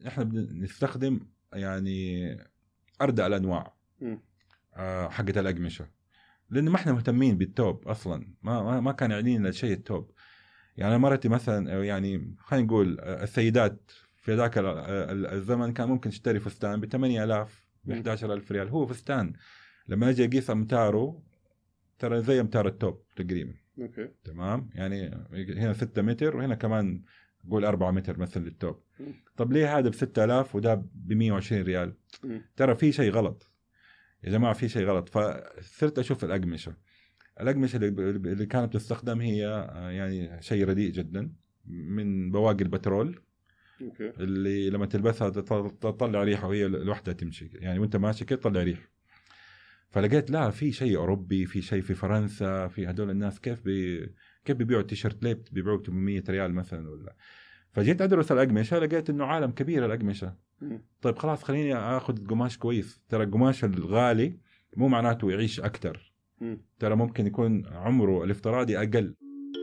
احنا بنستخدم يعني اردأ الانواع حقت الاقمشه، لانه ما احنا مهتمين بالتوب اصلا، ما كان يعنينا شيء التوب. يعني مرتي مثلا، يعني خلينا نقول السيدات في ذاك الزمن كان ممكن تشتري فستان ب 8000 ب 11000 ريال، هو فستان. لما اجي اقيس امتاره ترى زي امتار التوب تقريبا. اوكي تمام، يعني هنا 6 متر وهنا كمان قول 4 متر مثل التوب. طب ليه هذا ب 6000 وده ب 120 ريال؟ ترى في شيء غلط يا جماعه، في شيء غلط. فصرت اشوف الاقمشه اللي كانت تستخدم هي يعني شيء رديء جدا من بواقي البترول. اوكي اللي لما تلبسها تطلع ريحه وهي لوحدها تمشي، يعني وانت ماشي كده تطلع ريحه. فلقيت لا، في شيء اوروبي، في شيء في فرنسا، في هدول الناس كيف بيبيعوا التيشيرت، ليه بيبيعوا 800 ريال مثلا ولا. فجيت ادرس الاقمشه، لقيت انه عالم كبير الاقمشه. طيب خلاص خليني اخذ قماش كويس. ترى القماش الغالي مو معناته يعيش اكثر، ترى ممكن يكون عمره الافتراضي اقل.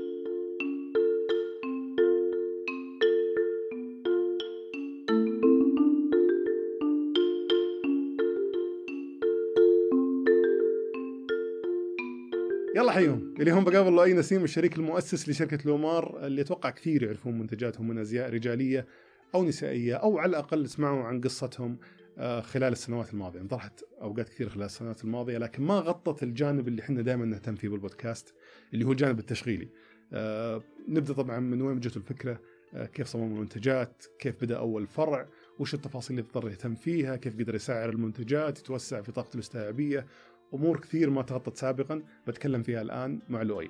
يلا حيهم اللي هم بقابل لؤي نسيم، الشريك المؤسس لشركة لومار، اللي أتوقع كثير يعرفون منتجاتهم من أزياء رجالية أو نسائية، أو على الأقل سمعوا عن قصتهم خلال السنوات الماضية. انطرحت أوقات كثير خلال السنوات الماضية، لكن ما غطت الجانب اللي احنا دائما نهتم فيه بالبودكاست، اللي هو الجانب التشغيلي. نبدأ طبعا من وين جت الفكرة، كيف صمموا المنتجات، كيف بدأ أول فرع، وش التفاصيل اللي اضطر يهتم فيها، كيف قدر يسعر المنتجات، يتوسع في طاقته الاستيعابية. أمور كثير ما تغطت سابقا بتكلم فيها الآن مع لؤي.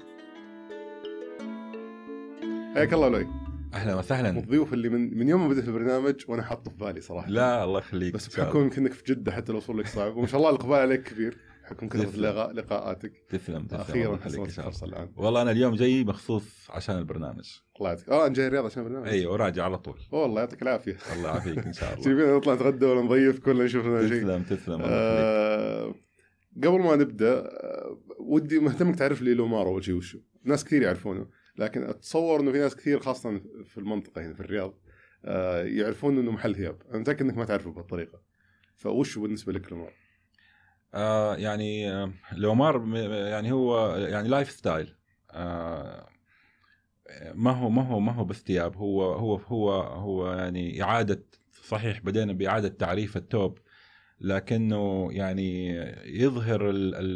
حياك الله لؤي. أهلا وسهلا. الضيوف اللي من يوم ما بدأت البرنامج وأنا حاطه في بالي صراحة. لا الله يخليك. بس بحكم يمكنك في جدة حتى الوصول لك صعب، وما شاء الله الإقبال عليك كبير بحكم كثرة لقاءاتك. تسلم. أخيرا حصلت الفرصة الآن. والله أنا اليوم جاي مخصوص عشان البرنامج. الله يعطيك. أنا جاي الرياض عشان البرنامج. أيوة وراجع على طول. والله يعطيك العافية. الله يعافيك إن شاء الله. جيبينا نطلع نتغدى ولا نضيف كلنا نشوف لنا شيء. تسلم. قبل ما نبدأ ودي مهتمك تعرف لي لومار أول شيء وشو. ناس كثير يعرفونه، لكن أتصور إنه في ناس كثير خاصة في المنطقة هنا في الرياض يعرفون إنه محل ثياب. أنا متأكد إنك ما تعرفه بهالطريقة، فوش بالنسبة لك لومار؟ يعني لومار يعني هو يعني لايف ستايل. ما هو بس ثياب، هو يعني إعادة. صحيح بدينا بإعادة تعريف التوب، لكنه يعني يظهر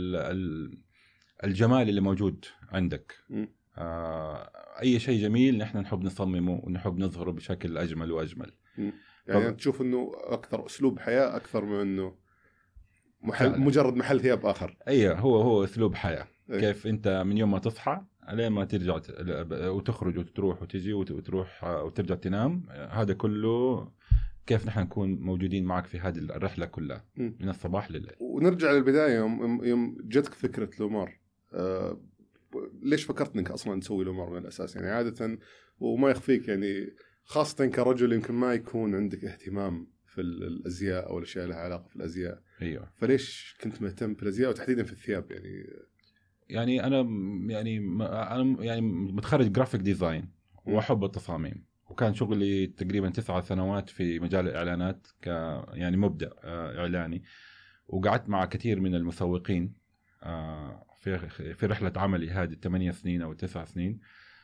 الجمال اللي موجود عندك. أي شيء جميل نحن نحب نصممه ونحب نظهره بشكل أجمل وأجمل. يعني تشوف أنه أكثر أسلوب حياة أكثر من أنه مجرد محل ثياب آخر. أيه، هو أسلوب حياة. كيف أنت من يوم ما تصحى لين ما ترجع وتخرج وتروح وتجي وتروح وترجع تنام، هذا كله كيف نحن نكون موجودين معك في هذه الرحلة كلها من الصباح لليل. ونرجع للبداية، يوم جتك فكرة لومار، ليش فكرت انك اصلا تسوي لومار من الاساس؟ يعني عادة وما يخفيك يعني خاصة كرجل يمكن ما يكون عندك اهتمام في الازياء او الاشياء لها علاقة في الازياء. ايوه. فليش كنت مهتم في الازياء وتحديدا في الثياب؟ يعني انا يعني متخرج جرافيك ديزاين واحب التصاميم، وكان شغلي تقريبا 9 سنوات في مجال الإعلانات يعني مبدأ إعلاني، وقعدت مع كثير من المسوقين في رحلة عملي هذه 8 سنين أو 9 سنين.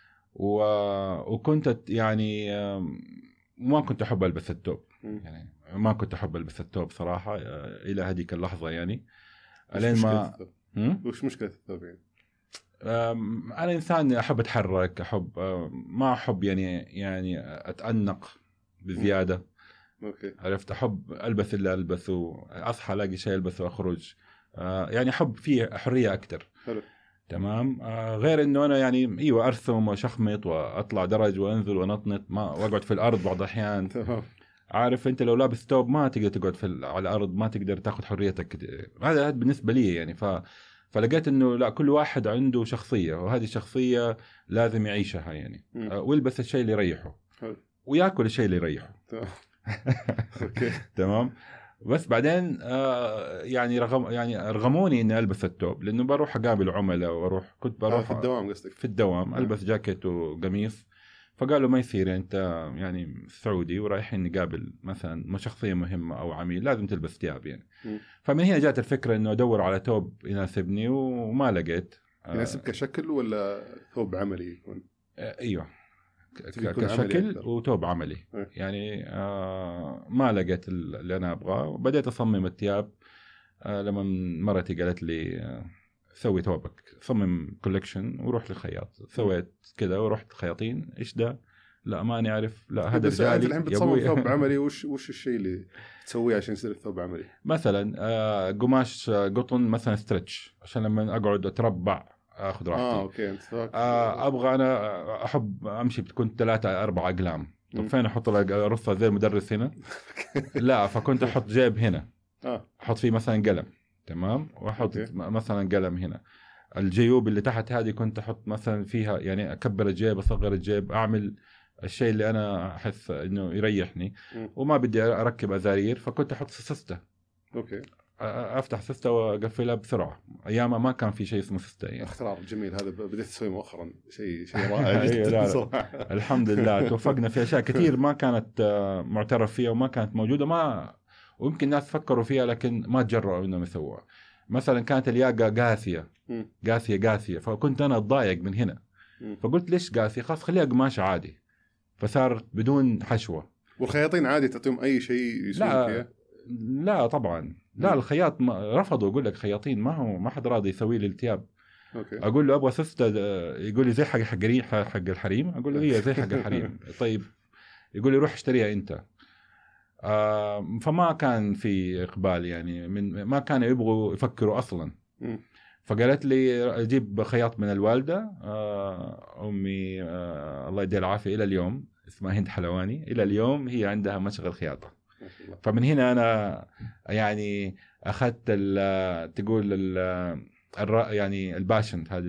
وكنت يعني ما كنت أحب ألبس التوب، يعني ما كنت أحب ألبس التوب صراحة إلى هذيك اللحظة. يعني ألين ما وش مشكلة الثوب؟ يعني أنا إنسان أحب أتحرك، ما أحب يعني أتأنق بزيادة. أوكي. عرفت، أحب ألبس اللي ألبسه، أصحى ألاقي شيء ألبسه وأخرج. يعني أحب فيه حرية أكتر. حلو. تمام. غير إنه أنا يعني أيوة أرسم وشخمط وأطلع درج وأنزل ونطنط وأقعد في الأرض بعض الأحيان. تمام. عارف أنت لو لابس توب ما تقدر تقعد على الأرض، ما تقدر تأخذ حريتك. هذا بالنسبة لي يعني. فلقيت انه لا، كل واحد عنده شخصيه، وهذه الشخصيه لازم يعيشها يعني. ويلبس الشيء اللي يريحه وياكل الشيء اللي يريحه. اوكي. تمام. بس بعدين يعني رغموني اني البس التوب، لانه بروح اقابل عملاء كنت بروح في الدوام. قصدك في الدوام البس جاكيت وقميص، فقالوا ما يصير، يعني انت يعني سعودي ورايحين نقابل مثلا شخصيه مهمه او عميل، لازم تلبس ثياب يعني. فمن هنا جات الفكره انه ادور على ثوب يناسبني وما لقيت. يناسب كشكل ولا ثوب عملي يكون؟ ايوه كشكل وثوب عملي. يعني ما لقيت اللي انا ابغاه، وبدأت اصمم الثياب. لما مرتي قالت لي سوي ثوبك، صمم كولكشن وروح للخياط. سويت كذا ورحت الخياطين، ايش ده؟ لا ما نعرف، لا هذا بس انت رجالي الحين بتصمم ثوب عملي، وش الشيء اللي تسويه عشان يصير الثوب عملي؟ مثلا قماش قطن مثلا ستريتش، عشان لما اقعد اتربع اخذ راحتي. اوكي انت ابغى انا احب امشي بتكون 3-4 اقلام. طب فين احط رصه زي المدرس هنا؟ لا، فكنت احط جيب هنا، احط فيه مثلا قلم، تمام، واحط مثلا قلم هنا. الجيوب اللي تحت هذه كنت احط مثلا فيها، يعني اكبر الجيب اصغر الجيب، اعمل الشيء اللي انا احس انه يريحني وما بدي اركب ازارير. فكنت احط سوسته، اوكي، افتح سوسته واقفلها بسرعه. ايام ما كان في شيء اسمه سوسته يعني. اختراع جميل هذا، بديت تسويه مؤخرا، شيء رائع جدا صراحه. الحمد لله توفقنا في اشياء كثير ما كانت معترف فيها وما كانت موجوده، ويمكن الناس فكروا فيها لكن ما تجرؤوا انهم يسووها. مثلا كانت الياقه قاسيه، فكنت انا اتضايق من هنا. فقلت ليش قاسيه؟ خلاص خليها قماش عادي، فصار بدون حشوه. والخياطين عادي تعطيهم اي شيء يسوون فيها؟ لا طبعا لا. الخياط رفضوا، يقول لك خياطين ما حد راضي يسوي لي الثياب. اقول له ابغى سوسته، يقول لي زي حق الحريم. اقول له هي زي حق الحريم. طيب، يقول لي روح اشتريها انت. فما كان في اقبال يعني، ما كانوا يبغوا يفكروا اصلا. فقالت لي اجيب خياط من الوالده. امي الله يديها العافيه الى اليوم، اسمها هند حلواني، الى اليوم هي عندها مشغل خياطه. فمن هنا انا يعني اخذت تقول يعني الباشن، هذه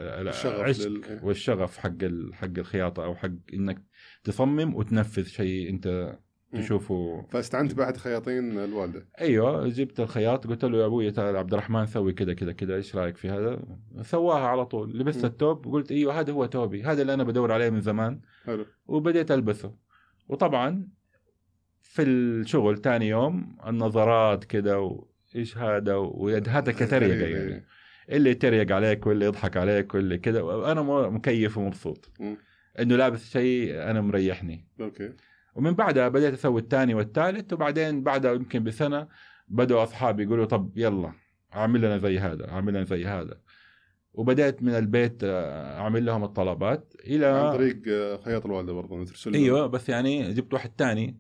العشق والشغف حق الخياطه، او حق انك تصمم وتنفذ شيء انت تشوفه. فاستعنت بأحد خياطين الوالده؟ ايوه، جبت الخياط قلت له يا ابوي تعال عبد الرحمن سوي كذا كذا كذا، ايش رايك في هذا؟ سواها على طول. لبست الثوب وقلت ايوه هذا هو ثوبي، هذا اللي انا بدور عليه من زمان. حلو. وبديت البسه. وطبعا في الشغل تاني يوم النظرات كذا وايش هذا وهذا كتريقه يعني، اللي يتريق عليك واللي يضحك عليك واللي كذا. وانا مكيف ومبسوط انه لابس شيء انا مريحني. اوكي. ومن بعدها بديت اسوي الثاني والثالث، وبعدين بعدها يمكن بسنه بدأوا اصحابي يقولوا طب يلا اعمل لنا زي هذا، اعمل لنا زي هذا. وبدأت من البيت اعمل لهم الطلبات الى عن طريق خياط الوالده برضه ترسل. ايوه، بس يعني جبت واحد ثاني،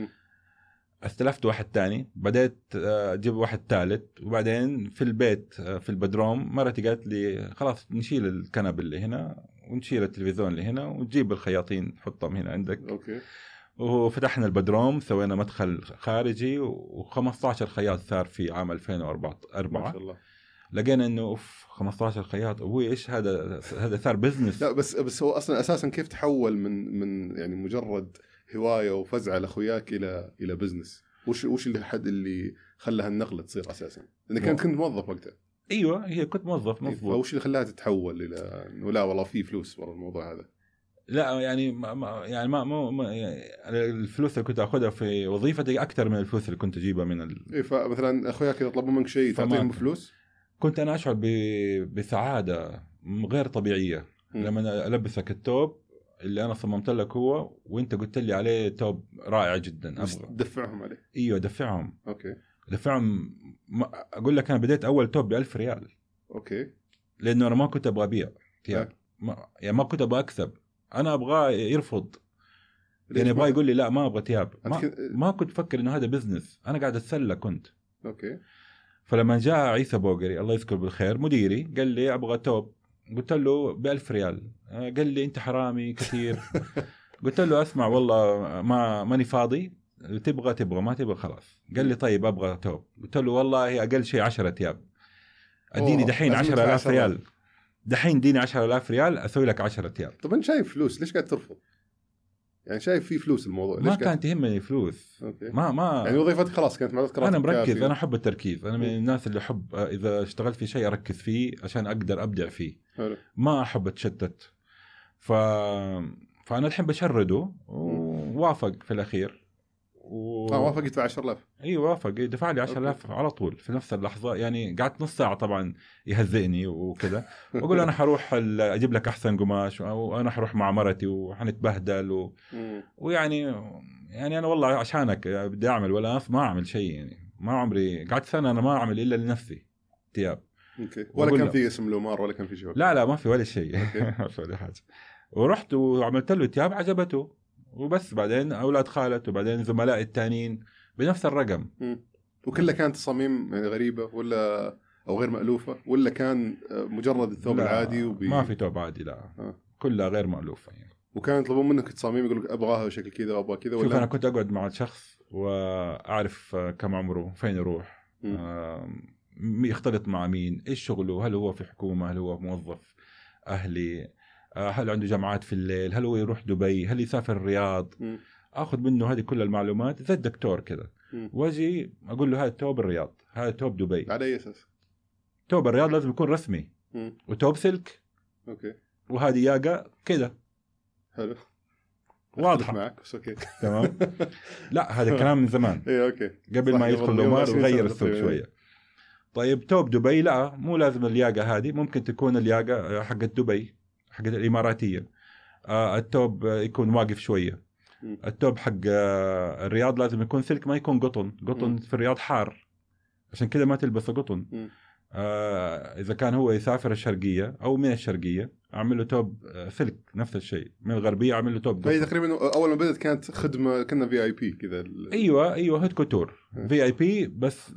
استلفت واحد ثاني، بدأت اجيب واحد ثالث. وبعدين في البيت في البدروم مرتي قالت لي خلاص نشيل الكنب اللي هنا ونشيل التلفزيون اللي هنا ونجيب الخياطين نحطهم هنا عندك. اوكي. وفتحنا البدروم، سوينا مدخل خارجي، و15 خياط صار في عام 2004. ما شاء الله. لقينا انه 15 خياط، ابوي ايش هذا صار بزنس. لا بس هو اصلا اساسا كيف تحول من يعني مجرد هوايه وفزعه لاخوياك الى بزنس؟ وش الحد اللي خلى هالنقله تصير اساسا؟ لانك كنت موظف وقتها. ايوه، هي كنت موظف مضبوط. وش اللي خلاها تتحول الى لا والله في فلوس ورا الموضوع هذا؟ لا يعني ما يعني الفلوس اللي كنت اخذها في وظيفتي اكثر من الفلوس اللي كنت اجيبها من فمثلا اخوياك يطلبوا منك شيء تعطيهم فلوس؟ كنت انا اشعر بسعاده غير طبيعيه لما البسك الثوب اللي انا صممت لك هو، وانت قلت لي عليه ثوب رائع جدا. دفعهم عليه؟ ايوه دفعهم. اوكي. دفعهم. اقول لك انا بديت اول ثوب ب1000 ريال. اوكي. لانه انا ما كنت ابغى ابيع ثياب، يعني ما كنت ابغى اكسب، انا ابغاه يرفض. يعني يبغى يقول لي لا ما ابغى ثياب. ما كنت افكر انه هذا بزنس، انا قاعد اتسلى كنت. اوكي. فلما جاء عيسى بوغري الله يذكره بالخير مديري قال لي ابغى ثوب، قلت له ب1000 ريال. قال لي انت حرامي كثير. قلت له اسمع والله ماني فاضي، تبغى ما تبغى خلاص. قال لي طيب ابغى ثوب. قلت له والله اقل شيء 10 ثياب، اديني دحين 10,000 ريال، دحين اديني 10,000 ريال اسوي لك 10 ثياب. طب انت شايف فلوس ليش قاعد ترفض؟ يعني شايف في فلوس الموضوع، ما كانت تهمني فلوس. أوكي. ما يعني وظيفتك خلاص كانت مع انا مركز. انا احب التركيز، انا من الناس اللي احب اذا اشتغلت في شيء اركز فيه عشان اقدر ابدع فيه. حلو. ما احب اتشتت. فانا الحين بشرده ووافق في الاخير وافق يدفع 10,000. اي وافق دفع لي 10,000 على طول في نفس اللحظه. يعني قعدت نص ساعه طبعا يهزئني وكذا واقول انا حروح اجيب لك احسن قماش او انا حروح مع مرتي وحنتبهدل ويعني انا والله عشانك بدي اعمل ولا ما اعمل شيء. يعني ما عمري قعدت سنه انا ما اعمل الا لنفسي ثياب. اوكي. ولا كان في اسم لومار ولا كان في شيء؟ لا ما في ولا شيء ما في ولا حاجه. ورحت وعملت له ثياب عجبته وبس. بعدين اولاد خالته وبعدين زملائي الثانيين بنفس الرقم. وكلها كانت تصاميم يعني غريبه ولا او غير مألوفه ولا كان مجرد الثوب العادي ما في ثوب عادي لا كلها غير مألوفه يعني. وكانوا يطلبون منك تصاميم يقول لك ابغاها شكل كذا ابغى كذا ولا؟ شوف انا كنت اقعد مع الشخص واعرف كم عمره فين يروح يختلط مع مين ايش شغله هل هو في حكومه هل هو موظف اهلي هل عنده جامعات في الليل هل هو يروح دبي هل يسافر الرياض. اخذ منه هذه كل المعلومات زي الدكتور كذا واجي اقول له هذا توب الرياض هذا توب دبي. على اي اساس؟ توب الرياض لازم يكون رسمي وتوب سلك. اوكي. وهذه ياقة كذا. حلو واضحه معك بس اوكي تمام. لا هذا كلام من زمان. اي اوكي. قبل ما يدخل لومار وغير السوق شويه. طيب توب دبي لا مو لازم الياقة هذه ممكن تكون الياقة حقت دبي حقت الإماراتية. التوب يكون واقف شوية. التوب حق الرياض لازم يكون سلك ما يكون قطن في الرياض حار عشان كده ما تلبسه قطن. إذا كان هو يسافر الشرقية أو من الشرقية أعمل له توب سلك نفس الشيء من الغربية أعمل له توب. فهي تقريبا أول ما بدأت كانت خدمة كنا VIP كذا. أيوة هيد كوتور VIP بس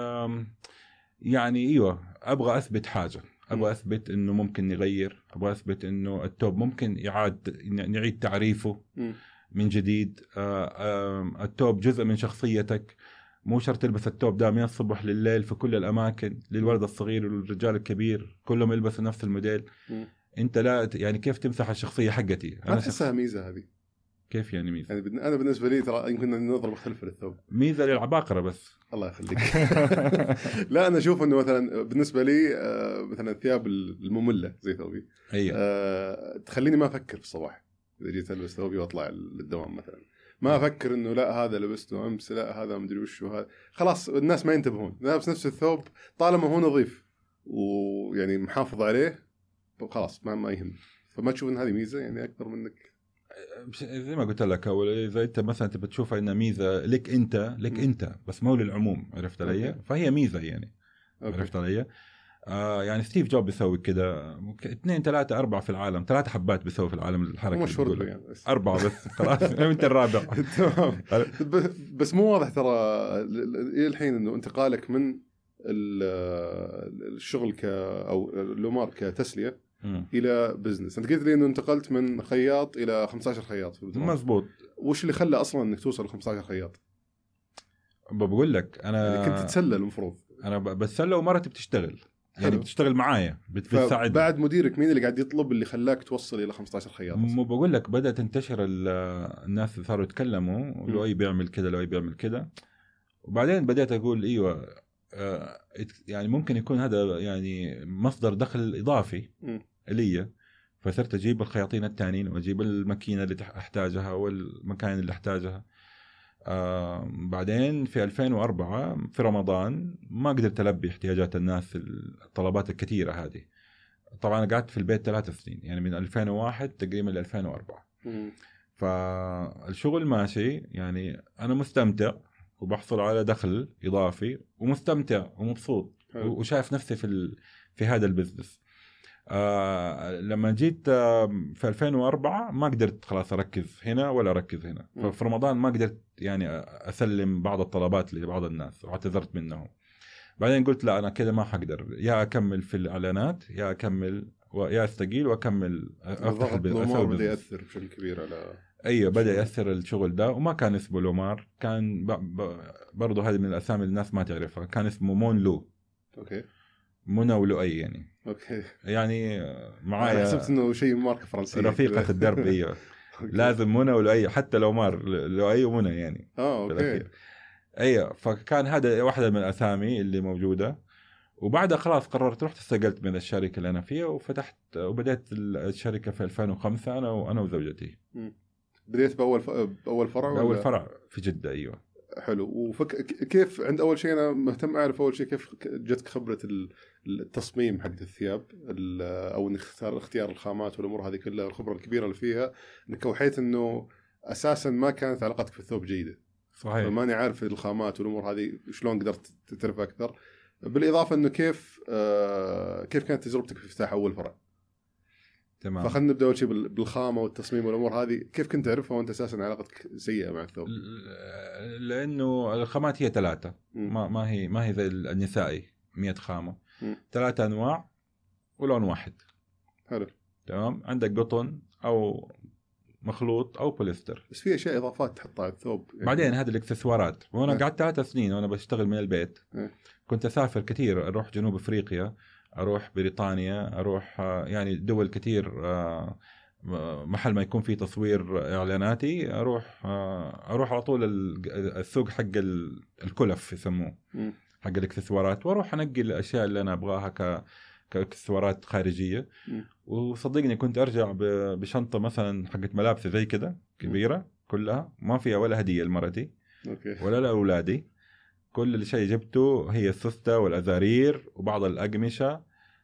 يعني ايوه ابغى اثبت حاجه ابغى اثبت انه ممكن نغير ابغى اثبت انه التوب ممكن نعيد تعريفه من جديد. التوب جزء من شخصيتك مو شرط تلبس التوب ده من الصبح لليل في كل الاماكن للولد الصغير والرجال الكبير كلهم يلبسوا نفس الموديل. انت لا يعني كيف تمسح الشخصية حقتي؟ انا احسها ميزه هذه. كيف يعني ميزه؟ يعني انا بالنسبه لي ترى يمكن النظره مختلفه للثوب. ميزه للعباقره بس. الله يخليك. لا انا اشوف انه مثلا بالنسبه لي مثلا الثياب الممله زي ثوبي تخليني ما افكر في الصباح اذا جيت البس ثوبي واطلع للدوام مثلا ما افكر انه لا هذا لبسته امس لا هذا مدري وش وهذا خلاص الناس ما ينتبهون لابس نفس الثوب طالما هو نظيف ويعني محافظ عليه خلاص ما يهم. فما تشوف ان هذه ميزه يعني اكثر منك زي ما قلت لك اول اذا انت مثلا تبي تشوفها انها ميزه لك انت بس مو للعموم عرفت علي؟ فهي ميزه يعني عرفت علي؟ يعني ستيف جوب بيسوي كده 2 3 4 في العالم 3 حبات بيسوي في العالم الحركه مشهور يعني 4 بس خلاص انت الرابع. تمام. بس مو واضح ترى الى الحين انه انتقالك من الشغل او لومار كتسليه الى بزنس. انت قلت لي انه انتقلت من خياط الى 15 خياط. مزبوط. وش اللي خلى اصلا انك توصل ل 15 خياط؟ بقول لك انا يعني كنت تتسلى المفروض. انا بتسلى ومرتي بتشتغل يعني بتشتغل معايا بتساعدني. بعد مديرك مين اللي قاعد يطلب اللي خلاك توصل الى 15 خياط؟ مو بقول لك بدات تنتشر الناس صاروا يتكلموا لو اي بيعمل كذا لو اي بيعمل كذا وبعدين بدات اقول ايوه يعني ممكن يكون هذا يعني مصدر دخل اضافي لي. فصرت اجيب الخياطين الثانيين واجيب الماكينه اللي احتاجها والمكان اللي احتاجها. بعدين في 2004 في رمضان ما قدرت ألبي احتياجات الناس الطلبات الكثيرة هذه. طبعا قعدت في البيت 3 سنين يعني من 2001 تقريبا ل 2004. فالشغل ماشي يعني أنا مستمتع وبحصل على دخل إضافي ومستمتع ومبسوط وشايف نفسي في هذا البزنس. لما جيت في 2004 ما قدرت خلاص أركز هنا ولا أركز هنا. ففي رمضان ما قدرت يعني أسلم بعض الطلبات لبعض الناس واعتذرت منهم. بعدين قلت لا أنا كده ما حقدر يا أكمل في الإعلانات يا أكمل يا أستقيل وأكمل أفتح البزنس. بدأ يأثر بشكل كبير على أيوة بدأ يأثر الشغل ده وما كان اسمه لومار كان برضه هذه من الأسامي اللي الناس ما تعرفها كان اسمه مون لو. أوكي. منى ولؤي يعني. اوكي. يعني معايا حسبت انه شيء ماركه فرنسيه رفيقه الدرب. ايوه لازم منى ولؤي حتى لو مار لؤي ومنى يعني. اوكي. ايوه فكان هذا واحده من الاسامي اللي موجوده وبعدها خلاص قررت، رحت استقلت من الشركه اللي انا فيها وفتحت وبدأت الشركه في 2005 انا وزوجتي. بديت باول فرع باول فرع في جده. ايوه حلو. كيف عند اول شيء انا مهتم اعرف اول شيء كيف جتك خبره التصميم حق الثياب او انك اختيار الخامات والامور هذه كلها، الخبره الكبيره اللي فيها، انك وحيت انه اساسا ما كانت علاقتك في الثوب جيده. صحيح. فماني عارف الخامات والامور هذه شلون قدرت تعرف اكثر، بالاضافه انه كيف كانت تجربتك في افتتاح اول فرع. تمام. فخلنا نبدا اول شيء بالخامه والتصميم والامور هذه، كيف كنت تعرفها وانت اساسا علاقتك سيئه مع الثوب؟ لانه الخامات هي 3، ما هي زي النسائي 100 خامه، 3 انواع ولون واحد. حلو. تمام. عندك قطن او مخلوط او بوليستر، بس في اشياء اضافات تحطها على الثوب يعني. بعدين هذه الاكسسوارات. وانا قعدت 3 سنين وانا بشتغل من البيت. كنت اسافر كثير، اروح جنوب افريقيا، اروح بريطانيا، اروح يعني دول كثير، محل ما يكون في تصوير اعلاناتي اروح على طول السوق حق الكلف يسموه، حق الاكسسوارات، واروح انقي الاشياء اللي انا ابغاها كاكسسوارات خارجيه. وصدقني كنت ارجع بشنطه مثلا حقت ملابس زي كده كبيره كلها، ما فيها ولا هديه لمرتي ولا لاولادي. كل شيء جبته هي السوسته والازارير وبعض الاقمشه،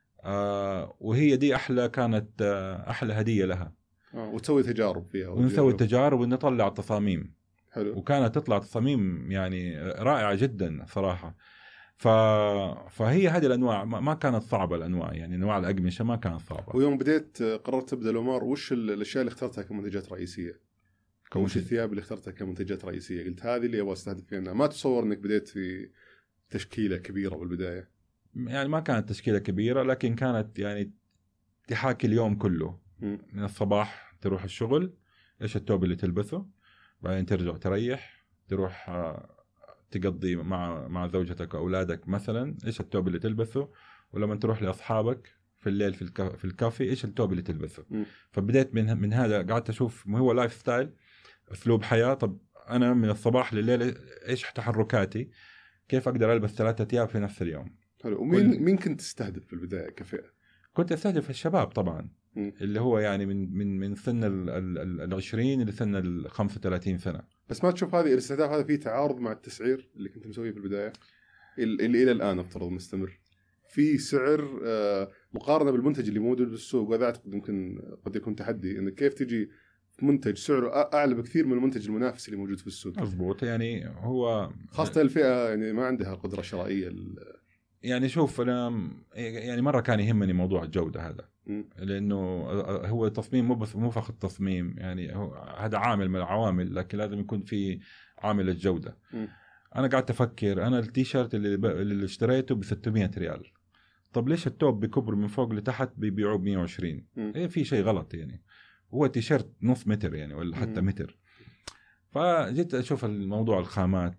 وهي دي كانت احلى هديه لها. وتسوي تجارب فيها ونسوي تجارب ونطلع تصاميم. حلو. وكانت تطلع تصاميم يعني رائعه جدا صراحه. فهي هذه الانواع ما كانت صعبه، الانواع يعني انواع الاقمشه ما كانت صعبه. ويوم بديت قررت تبدا لومار، وش الاشياء اللي اخترتها كمنتجات رئيسيه؟ وش الثياب اللي اخترتها كمنتجات رئيسيه قلت هذه اللي ابغى استهدف فيها؟ ما تصور انك بديت في تشكيله كبيره بالبدايه؟ يعني ما كانت تشكيله كبيره، لكن كانت يعني تحاكي اليوم كله. من الصباح تروح الشغل، ايش التوب اللي تلبسه، بعدين ترجع تريح، تروح تقضي مع زوجتك واولادك مثلا، ايش التوب اللي تلبسه، ولما تروح لاصحابك في الليل في الكافي ايش التوب اللي تلبسه. فبديت من هذا، قعدت اشوف ما هو لايف ستايل، اسلوب حياه. طب انا من الصباح لليل ايش تحركاتي، كيف اقدر البس 3 ثياب في نفس اليوم. حلو. ومين كنت تستهدف في البدايه كفئه؟ كنت استهدف الشباب طبعا، اللي هو يعني من سن ال20 لسن ال35 سنه. بس ما تشوف هذه الاستهداف هذا فيه تعارض مع التسعير اللي كنت مسويه في البدايه، اللي الى الان افترض مستمر في سعر مقارنه بالمنتج اللي موجود بالسوق؟ وهذا اعتقد يمكن قد يكون تحدي، انك كيف تجي منتج سعره اعلى بكثير من المنتج المنافس اللي موجود في السوق. مضبوط. يعني هو خاصه الفئه يعني ما عندها القدره الشرائيه. يعني شوف، انا يعني مره كان يهمني موضوع الجوده هذا، لانه هو تصميم مو فقط تصميم، يعني هذا عامل من العوامل، لكن لازم يكون في عامل الجوده. انا قاعد افكر، انا التيشيرت اللي اشتريته ب 600 ريال، طب ليش التوب بكبر من فوق لتحت بيبيعوه ب 120؟ في شيء غلط يعني. هو تيشيرت نص متر يعني، ولا حتى متر. فجيت اشوف الموضوع الخامات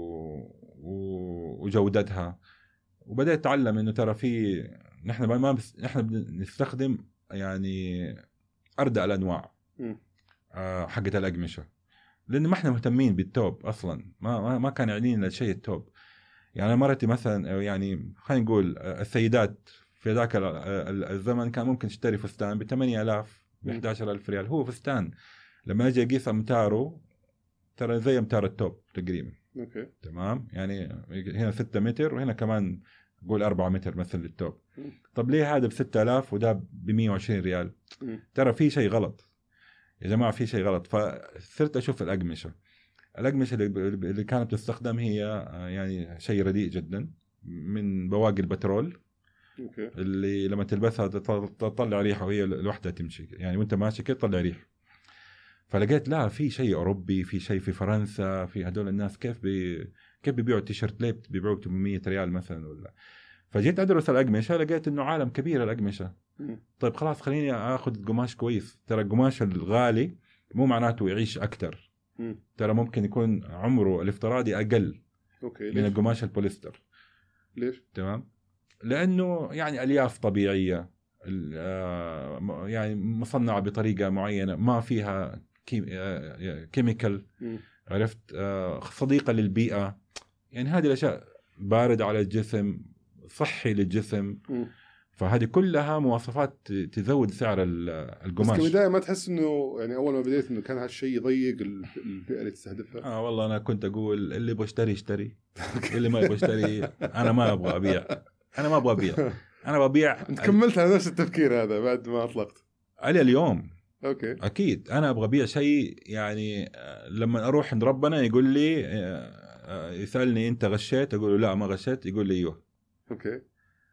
وجودتها، وبدأت أتعلم إنه ترى في نحن بنستخدم يعني أردأ الأنواع حقت الأقمشة، لأنه ما إحنا مهتمين بالتوب أصلاً. ما كان يعنينا شيء التوب. يعني مرتي مثلاً، يعني خلينا نقول السيدات في ذاك الزمن كان ممكن تشتري فستان ب 8000 ب 11000 ريال. هو فستان لما أجي أقيس أمتاره ترى زي أمتار التوب تقريباً. تمام. يعني هنا 6 متر وهنا كمان قول 4 متر مثل للتوب. طب ليه هذا ب6000 وده ب 120 ريال؟ ترى في شيء غلط يا جماعة، في شيء غلط. فصرت أشوف الأقمشة اللي كانت تستخدم هي يعني شيء رديء جدا، من بواقي البترول اللي لما تلبسها تطلع ريحة وهي لوحدها تمشي، يعني وانت ماشي كده تطلع ريحة. فلقيت لا، في شيء أوروبي، في شيء في فرنسا، في هدول الناس كيف بيبيعوا التيشيرت، ليه بيبيعوا 800 ريال مثلا ولا. فجيت أدرس الأقمشة، لقيت إنه عالم كبير الأقمشة. طيب خلاص خليني أخذ قماش كويس. ترى القماش الغالي مو معناته يعيش أكتر، ترى ممكن يكون عمره الافتراضي أقل من القماش البوليستر. ليش؟ تمام. لأنه يعني ألياف طبيعية، يعني مصنعة بطريقة معينة، ما فيها كيميكال، عرفت، صديقة للبيئة. يعني هذه الأشياء باردة على الجسم، صحي للجسم. فهذه كلها مواصفات تزود سعر القماش. بس كبداية ما تحس انه يعني اول ما بديت انه كان هالشيء يضيق الفئة اللي تستهدفها؟ والله انا كنت اقول اللي يبغى يشتري يشتري، اللي ما يبغى يشتري انا ما ابغى ابيع، انا ببيع. انت كملت على نفس التفكير هذا بعد ما اطلقت علي اليوم؟ اوكي اكيد انا ابغى ابيع شيء، يعني لما اروح عند ربنا يقول لي يسالني انت غشيت، اقول له لا ما غشيت، يقول لي ايوه. اوكي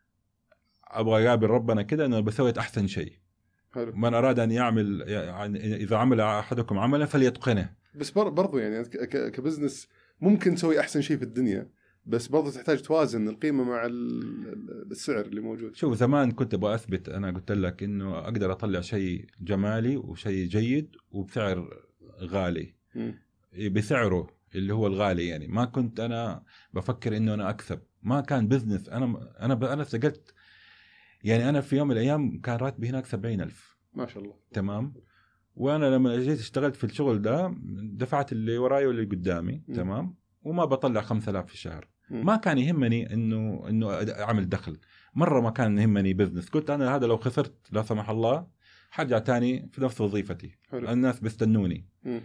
ابغى اقابل ربنا كده انه بسويت احسن شيء. حلو. من اراد ان يعمل، يعني اذا عمل احدكم عملا فليتقنه. بس برضو يعني كبزنس ممكن تسوي احسن شيء في الدنيا، بس برضو تحتاج توازن القيمة مع السعر اللي موجود. شوف زمان كنت ابغى اثبت، انا قلت لك انه اقدر اطلع شيء جمالي وشيء جيد وبسعر غالي، بسعره اللي هو الغالي. يعني ما كنت انا بفكر انه انا اكسب، ما كان بزنس. انا سجلت، يعني انا في يوم من الايام كان راتبي هناك 70,000 ما شاء الله. تمام. وانا لما جيت اشتغلت في الشغل ده دفعت اللي وراي واللي قدامي تمام، وما بطلع 5,000 في الشهر. ما كان يهمني انه اعمل دخل، مره ما كان يهمني بزنس. قلت انا هذا لو خسرت لا سمح الله حرجع تاني في نفس وظيفتي. حلو. الناس بيستنوني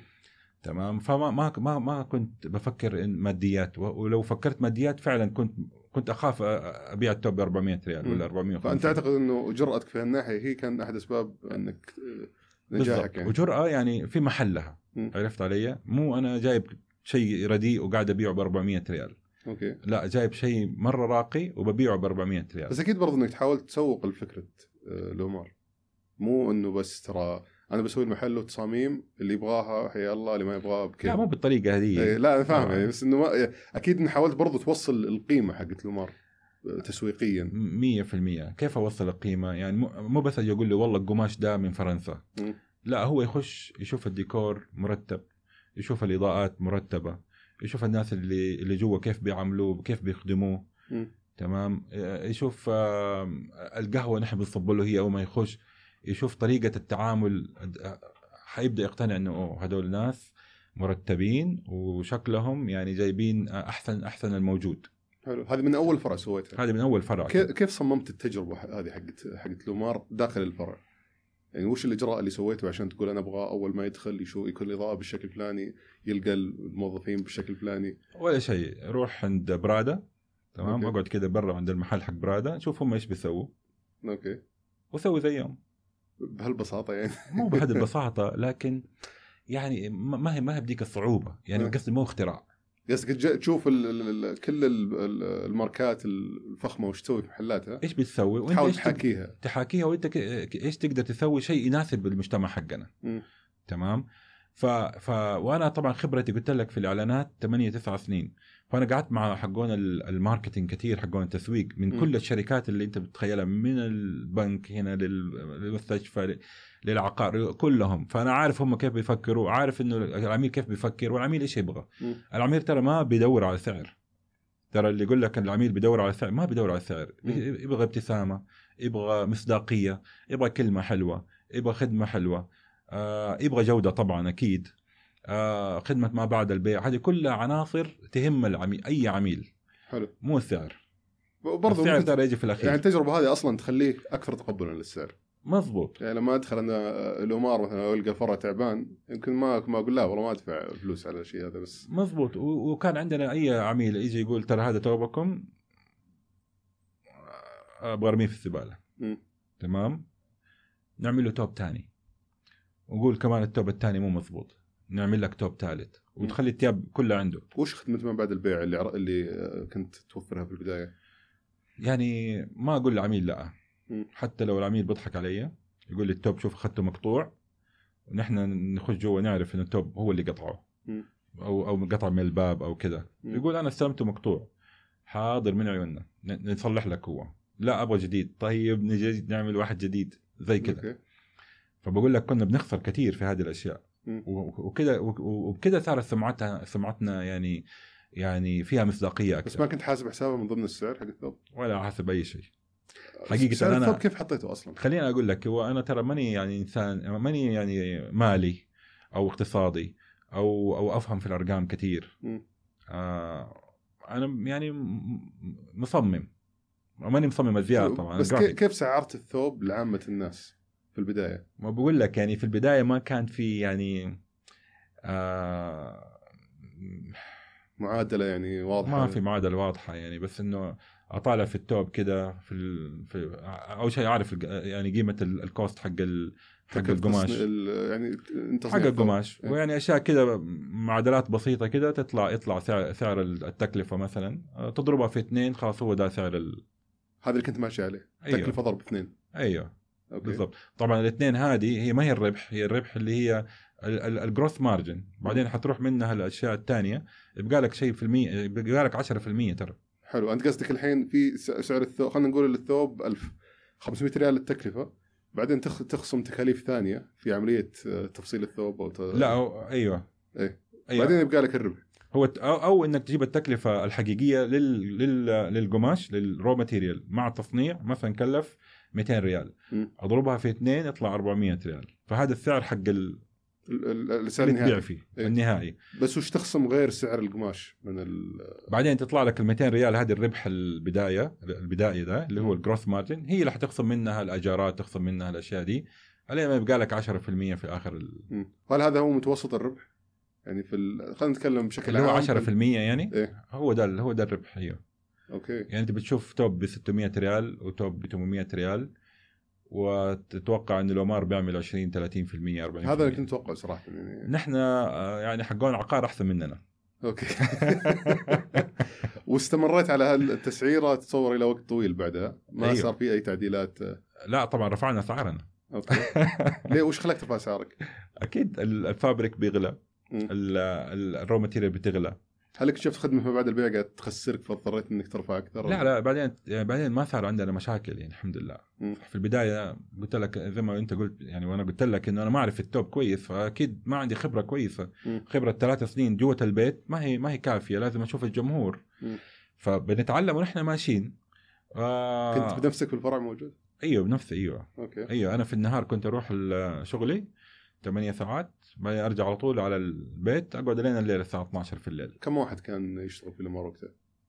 تمام. فما ما كنت بفكر إن ماديات، ولو فكرت ماديات فعلا كنت اخاف ابيع التوب ب 400 ريال ولا 450. فانت تعتقد انه جرأتك في هالناحيه هي كان احد اسباب انك نجاحك يعني. وجرأة يعني في محلها. عرفت علي؟ مو انا جايب شيء رديء وقاعد ابيعه ب 400 ريال. اوكي. لا، جايب شيء مره راقي وببيعه ب 400 ريال. بس اكيد برضه انك تحاول تسوق الفكره لومار، مو انه بس ترى انا بسوي المحل وتصاميم اللي يبغاها حيا الله، اللي ما يبغاها بكيف. لا مو بالطريقه هذه. لا انا فاهم يعني، بس انه اكيد ان حاولت برضه توصل القيمه حقت لومار تسويقيا 100%. كيف اوصل القيمه؟ يعني مو بس اجي اقول له والله القماش ده من فرنسا. لا، هو يخش يشوف الديكور مرتب، يشوف الاضاءات مرتبه، يشوف الناس اللي جوا كيف بيعملوه، كيف بيخدموه تمام. يشوف القهوه نحن بنصب له هي اول ما يخش، يشوف طريقه التعامل، حيبدا يقتنع انه هذول ناس مرتبين وشكلهم يعني جايبين احسن الموجود. حلو. هذه من اول فرع سويتها؟ هذه من اول فرع. كيف صممت التجربه هذه حقت لومار داخل الفرع؟ يعني وش الاجراء اللي سويته عشان تقول انا ابغى اول ما يدخل يكون الاضاءه بالشكل الفلاني، يلقى الموظفين بالشكل الفلاني؟ ولا شيء، روح عند برادا تمام، اقعد كده برا عند المحل حق برادا، شوف هم ايش بيسووا اوكي وسوي زيهم بهالبساطه يعني. مو بهذه البساطه، لكن يعني ما هي بديك الصعوبه يعني. قصدي مو اختراع. قصدك تشوف كل الماركات الفخمه وش تسوي في محلاتها، ايش بتسوي وانت تحاول تحاكيها وانت ايش تقدر تسوي شيء يناسب المجتمع حقنا. تمام. وانا طبعا خبرتي قلت لك في الاعلانات 8-9 سنين، فانا قعدت مع حقون الماركتينج كثير، حقون التسويق من كل الشركات اللي انت بتتخيلها، من البنك هنا للمستشفى للعقار كلهم. فانا عارف هم كيف بيفكروا، عارف انه العميل كيف بيفكر والعميل ايش يبغى. العميل ترى ما بيدور على سعر، ترى اللي يقول لك العميل بيدور على سعر ما بيدور على سعر. يبغى ابتسامه، يبغى مصداقيه، يبغى كلمه حلوه، يبغى خدمه حلوه، يبغى جوده طبعا اكيد، خدمه ما بعد البيع. هذه كلها عناصر تهم العميل، اي عميل. حلو. مو السعر برضه السعر ترى يجي في الاخير. يعني التجربه هذه اصلا تخليه اكثر تقبلا للسعر. مظبوط. يعني لما ادخل انا لومار مثلا القى فرع تعبان، يمكن ما اقول لا والله ما ادفع فلوس على الشيء هذا. بس مظبوط. وكان عندنا اي عميل يجي يقول ترى هذا توبكم، ابغى ارميه في الزباله. تمام، نعمل له توب تاني، ونقول كمان التوب الثاني مو مظبوط، نعمل لك توب ثالث، وتخلي التياب كلها عنده. وش خدمة ما بعد البيع اللي كنت توفرها في البداية؟ يعني ما أقول للعميل لا، حتى لو العميل بيضحك علي يقول لي التوب شوف أخذته مقطوع، ونحن نخش جوا نعرف إن التوب هو اللي قطعه أو قطع من الباب أو كذا، يقول أنا استلمته مقطوع، حاضر من عيوننا نصلح لك هو. لا أبغى جديد، طيب نجي نعمل واحد جديد زي كذا. فبقول لك كنا بنخسر كثير في هذه الأشياء، وكذا صارت سمعتنا يعني فيها مصداقية أكثر. بس ما كنت حاسب حسابه من ضمن السعر حق الثوب ولا حاسب أي شيء حقيقة. أنا الثوب كيف حطيته أصلا؟ خليني أقول لك، هو أنا ترى ماني يعني إنسان، ماني يعني مالي أو اقتصادي أو أفهم في الأرقام كثير. أنا يعني مصمم ماني مصمم ازياء طبعا. بس كيف سعرت الثوب لعامة الناس في البداية؟ ما بقول لك يعني في البداية ما كان في يعني معادلة يعني واضحة، ما في معادلة واضحة يعني، بس انه اطالع في التوب كده في اول شيء اعرف يعني قيمة الكوست حق حق القماش، يعني حق القماش، ويعني اشياء كده معادلات بسيطة كده يطلع سعر التكلفة مثلا، تضربها في 2 خلاص هو ده سعر هذا اللي كنت ماشي عليه. أيوه. تكلفة ضرب 2. ايوه أوكي. بالضبط. طبعا الاثنين هذه هي ما هي الربح، هي الربح اللي هي الجروث مارجن، بعدين حتروح منها الاشياء الثانيه، يبقى لك شيء في المية، يبقى لك 10% ترى. حلو. انت قصدك الحين في سعر الثوب، خلينا نقول الثوب 1500 ريال التكلفه، بعدين تخصم تكاليف ثانيه في عمليه تفصيل الثوب لا ايوه ايه بعدين يبقى لك الربح. هو او انك تجيب التكلفه الحقيقيه للقماش للرو ماتيريال مع التصنيع مثلا كلف 200 ريال، اضربها في 2 يطلع 400 ريال، فهذا السعر حق السعر اللي تبيع فيه إيه؟ النهائي. بس وش تخصم غير سعر القماش من بعدين تطلع لك ال 200 ريال، هذه الربح البدائي ده اللي هو الجروث مارجن، هي اللي حتخصم منها الاجارات، تخصم منها الاشياء دي، عليه ما يبقى لك 10% في اخر هل هذا هو متوسط الربح يعني خلينا نتكلم بشكل عام؟ هو 10% يعني إيه؟ هو ده الربح. ايوه اوكي. يعني انت بتشوف توب ب 600 ريال وتوب ب 800 ريال، وتتوقع ان الأومار بيعمل 20 30% 40%. هذا اللي كنت اتوقع صراحه يعني نحن يعني حقون عقار احسن مننا. اوكي. واستمريت على هالتسعيره تصور الى وقت طويل بعدها ما أيوه. صار في اي تعديلات؟ لا طبعا رفعنا اسعارنا. اوكي. ليه وش خلاك ترفع سعرك؟ اكيد الفابريك بيغلى، الرو ماتيريال بتغلى. هل اكتشفت خدمه ما بعد البيع قاعد تخسرك فاضطريت انك ترفع اكثر؟ لا بعدين ما صار عندنا مشاكل يعني الحمد لله. في البدايه قلت لك زي ما انت قلت يعني، وانا قلت لك انه انا ما اعرف التوب كويس، فاكيد ما عندي خبره كويسه. خبره 3 سنين جوه البيت ما هي كافيه، لازم اشوف الجمهور. فبنتعلم ونحن ماشيين. كنت بنفسك في الفرع موجود؟ ايوه بنفسي. ايوه اوكي. ايوه انا في النهار كنت اروح شغلي 8 ساعات، بعدين ارجع على طول على البيت، اقعد لين الليل الساعه 12 في الليل. كم واحد كان يشتغل في الامارات وقتها؟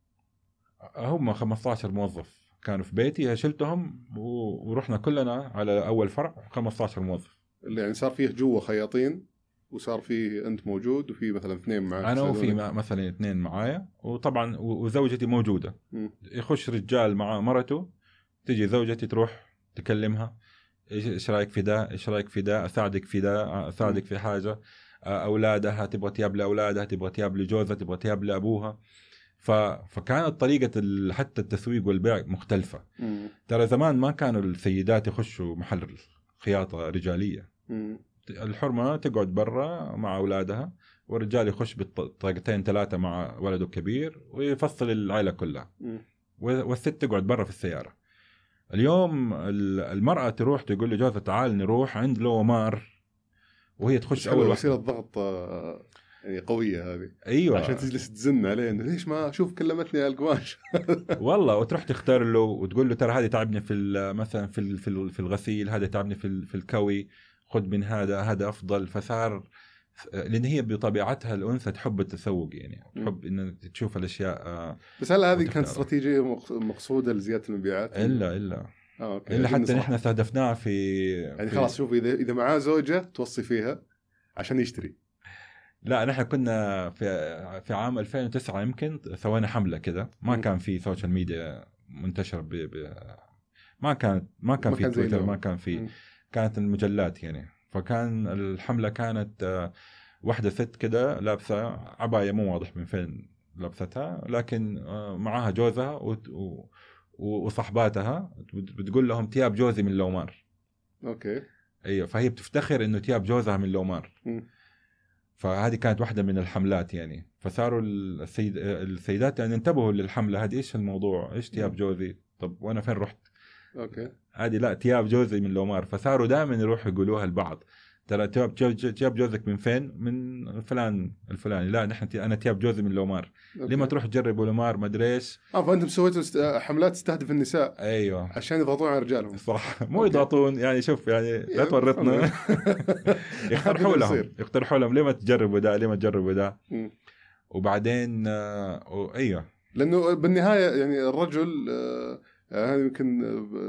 هم 15 موظف كانوا في بيتي، شلتهم ورحنا كلنا على اول فرع 15 موظف. اللي يعني صار فيه جوا خياطين، وصار فيه انت موجود، وفي مثلا 2 معك، انا وفي مثلا 2 معايا، وطبعا وزوجتي موجوده. يخش رجال مع مرته، تجي زوجتي تروح تكلمها، ايش رايك في ده، ايش رايك في ده، اساعدك في ده، اساعدك في حاجه، اولادها تبغى تياب لاولادها، تبغى تياب لجوزها، تبغى تياب لابوها. فكانت طريقه حتى التسويق والبيع مختلفه. ترى زمان ما كانوا السيدات يخشوا محل خياطه رجاليه. الحرمه تقعد برا مع اولادها، والرجال يخش بطاقتين 3 مع ولده الكبير ويفصل العائله كلها، والست تقعد برا في السياره. اليوم المرأة تروح تقول لجوزها تعال نروح عند لومار، وهي تخش أول وسيلة ضغط يعني قوية هذه. أيوة. عشان تجلس تزن عليه إنه ليش ما أشوف كلمتني القماش. والله وتروح تختار له وتقول له ترى هذه تعبني في مثلا في الغسيل، هذا تعبني في الكوي، خذ من هذا أفضل. فصار لأن هي بطبيعتها الأنثى تحب التسوق يعني، تحب إن تشوف الأشياء. بس هل هذه كانت استراتيجية مقصودة لزيادة المبيعات؟ إلا أوكي. إلا حتى نحن استهدفناها يعني خلاص شوف إذا معاه زوجة توصي فيها عشان يشتري. لا نحن كنا في عام 2009 يمكن سوينا حملة كده، ما كان في سوشيال ميديا منتشر ما كان في تويتر، ما كان في كانت المجلات يعني. فكان الحملة كانت واحدة ست كده لابسة عباية مو واضح من فين لابستها، لكن معاها جوزها وصحباتها بتقول لهم تياب جوزي من لومار. اوكي. ايوه فهي بتفتخر انه تياب جوزها من لومار. فهذه كانت واحدة من الحملات يعني. فصاروا السيدات يعني انتبهوا للحملة هذه، ايش الموضوع، ايش تياب جوزي، طب وانا فين رحت. اوكي. هذه لا تياب جوزي من لومار. فصاروا دائما يروحوا يقولوها البعض، ترى تياب جوزك من فين، من فلان الفلاني. لا نحن انا تياب جوزي من لومار. لما تروح تجربوا لومار ما ادري ايش. فانتم سويتوا حملات تستهدف النساء. ايوه عشان يضغطون على رجالهم. صح. مو يضغطون يعني، شوف يعني لا تورطنا. يقترحوا لهم ليه ما تجربوا ده، ليه ما تجربوا ده. وبعدين ايوه لانه بالنهايه يعني الرجل هذا يمكن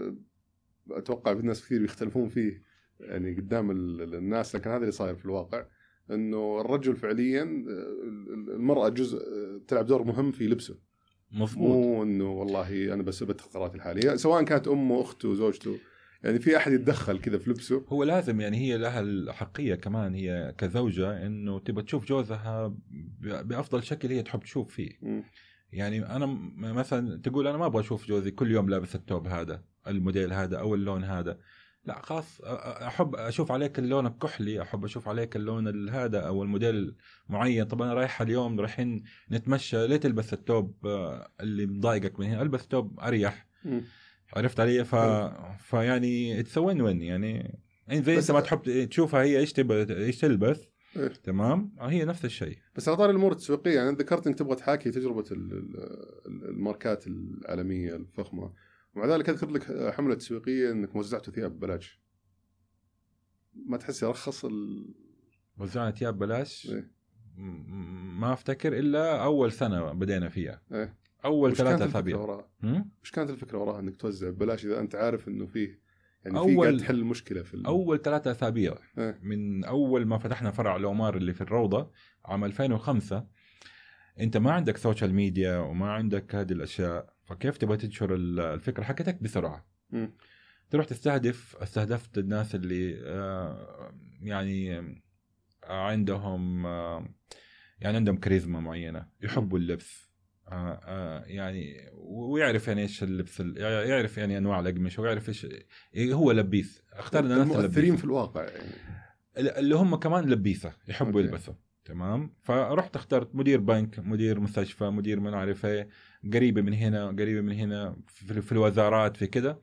اتوقع في ناس كثير يختلفون فيه يعني قدام الناس، لكن هذا اللي صاير في الواقع، انه الرجل فعليا المرأة جزء تلعب دور مهم في لبسه. مظبوط. مو انه والله انا بس بتخذ قراراتي الحاليه، سواء كانت امه اخته زوجته، يعني في احد يتدخل كذا في لبسه. هو لازم يعني هي لها الحقية كمان هي كزوجة انه تبى تشوف جوزها بافضل شكل هي تحب تشوف فيه. يعني انا مثلا تقول انا ما ابغى اشوف جوزي كل يوم لابس الثوب هذا الموديل هذا او اللون هذا، لا خلاص احب اشوف عليك اللون الكحلي، احب اشوف عليك اللون هذا او الموديل معين. طب انا رايحه اليوم رايحين نتمشى، ليه تلبس الثوب اللي مضايقك من هنا؟ البس ثوب اريح. عرفت علي؟ فيعني تسوين وين يعني زي انت ما تحب تشوفها هي ايش تبغى ايش تلبس. إيه؟ تمام، هي نفس الشيء. بس على طار الامور التسويقيه، يعني ذكرت انك تبغى تحاكي تجربه الماركات العالميه الفخمه، ومع ذلك اذكر لك حمله تسويقيه انك وزعتوا ثياب ببلاش. ما تحس يرخص وزعنا ثياب بلاش؟ إيه؟ ما افتكر الا اول سنه بدينا فيها. إيه؟ اول 3 أسابيع. وش كانت الفكره وراها انك توزع ببلاش اذا انت عارف انه فيه يعني في أول قاعد تحل المشكله في اول 3 أسابيع. إيه؟ من اول ما فتحنا فرع لومار اللي في الروضه عام 2005، انت ما عندك سوشيال ميديا وما عندك هذه الاشياء، فكيف تبغى تنشر الفكره حقتك بسرعه؟ تروح استهدفت الناس اللي يعني عندهم يعني عندهم كاريزما معينه، يحبوا اللبس يعني، ويعرف يعني ايش اللبس، يعرف يعني انواع الاقمشه، ويعرف ايش هو لبيس. اخترنا ناس المؤثرين في الواقع يعني. اللي هم كمان لبيسه يحبوا أوكي. يلبسوا. تمام. فرحت اخترت مدير بنك، مدير مستشفى، مدير ما نعرف ايه، قريبه من هنا قريبه من هنا، في الوزارات في كده.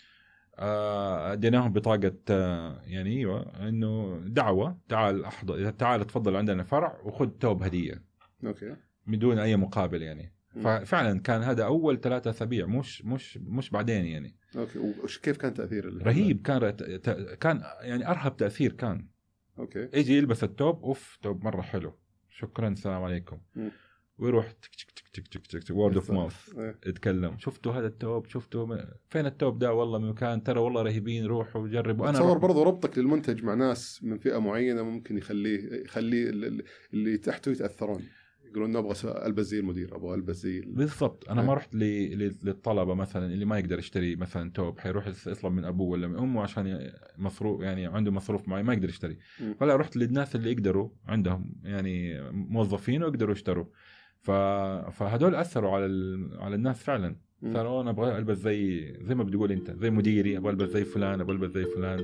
اديناهم بطاقه يعني ايوه انه دعوه، تعال احضر، تعال تفضل عندنا فرع وخذ توب هديه. اوكي. بدون اي مقابل يعني. ففعلا كان هذا اول 3 أسابيع، مش بعدين يعني. اوكي. وش كيف كان تاثير رهيب. كان يعني ارهب تاثير كان. اوكي. يجي يلبس التوب، اوف توب مره حلو، شكرا السلام عليكم، ويروح تك تك تك تك تك تك وورد اوف ماوث يتكلم، شفتوا هذا التوب، شفتوا فين التوب ده، والله مكان ترى والله رهيبين، روحوا جربوا. انا تصور برضو ربطك للمنتج مع ناس من فئه معينه ممكن يخلي اللي تحته يتاثرون، يقولون نبغى البس زي المدير، ابغى البس زي بالضبط. انا ما رحت للطلبه مثلا اللي ما يقدر يشتري مثلا توب، حيروح يطلب من ابوه ولا من امه عشان مصروف، يعني عنده مصروف معين ما يقدر يشتري. فلا رحت للناس اللي يقدروا، عندهم يعني موظفين ويقدروا يشتروا. فهدول اثروا على الناس فعلا. صاروا انا ابغى البس زي ما بتقول انت، زي مديري، ابغى البس زي فلان، ابغى البس زي فلان.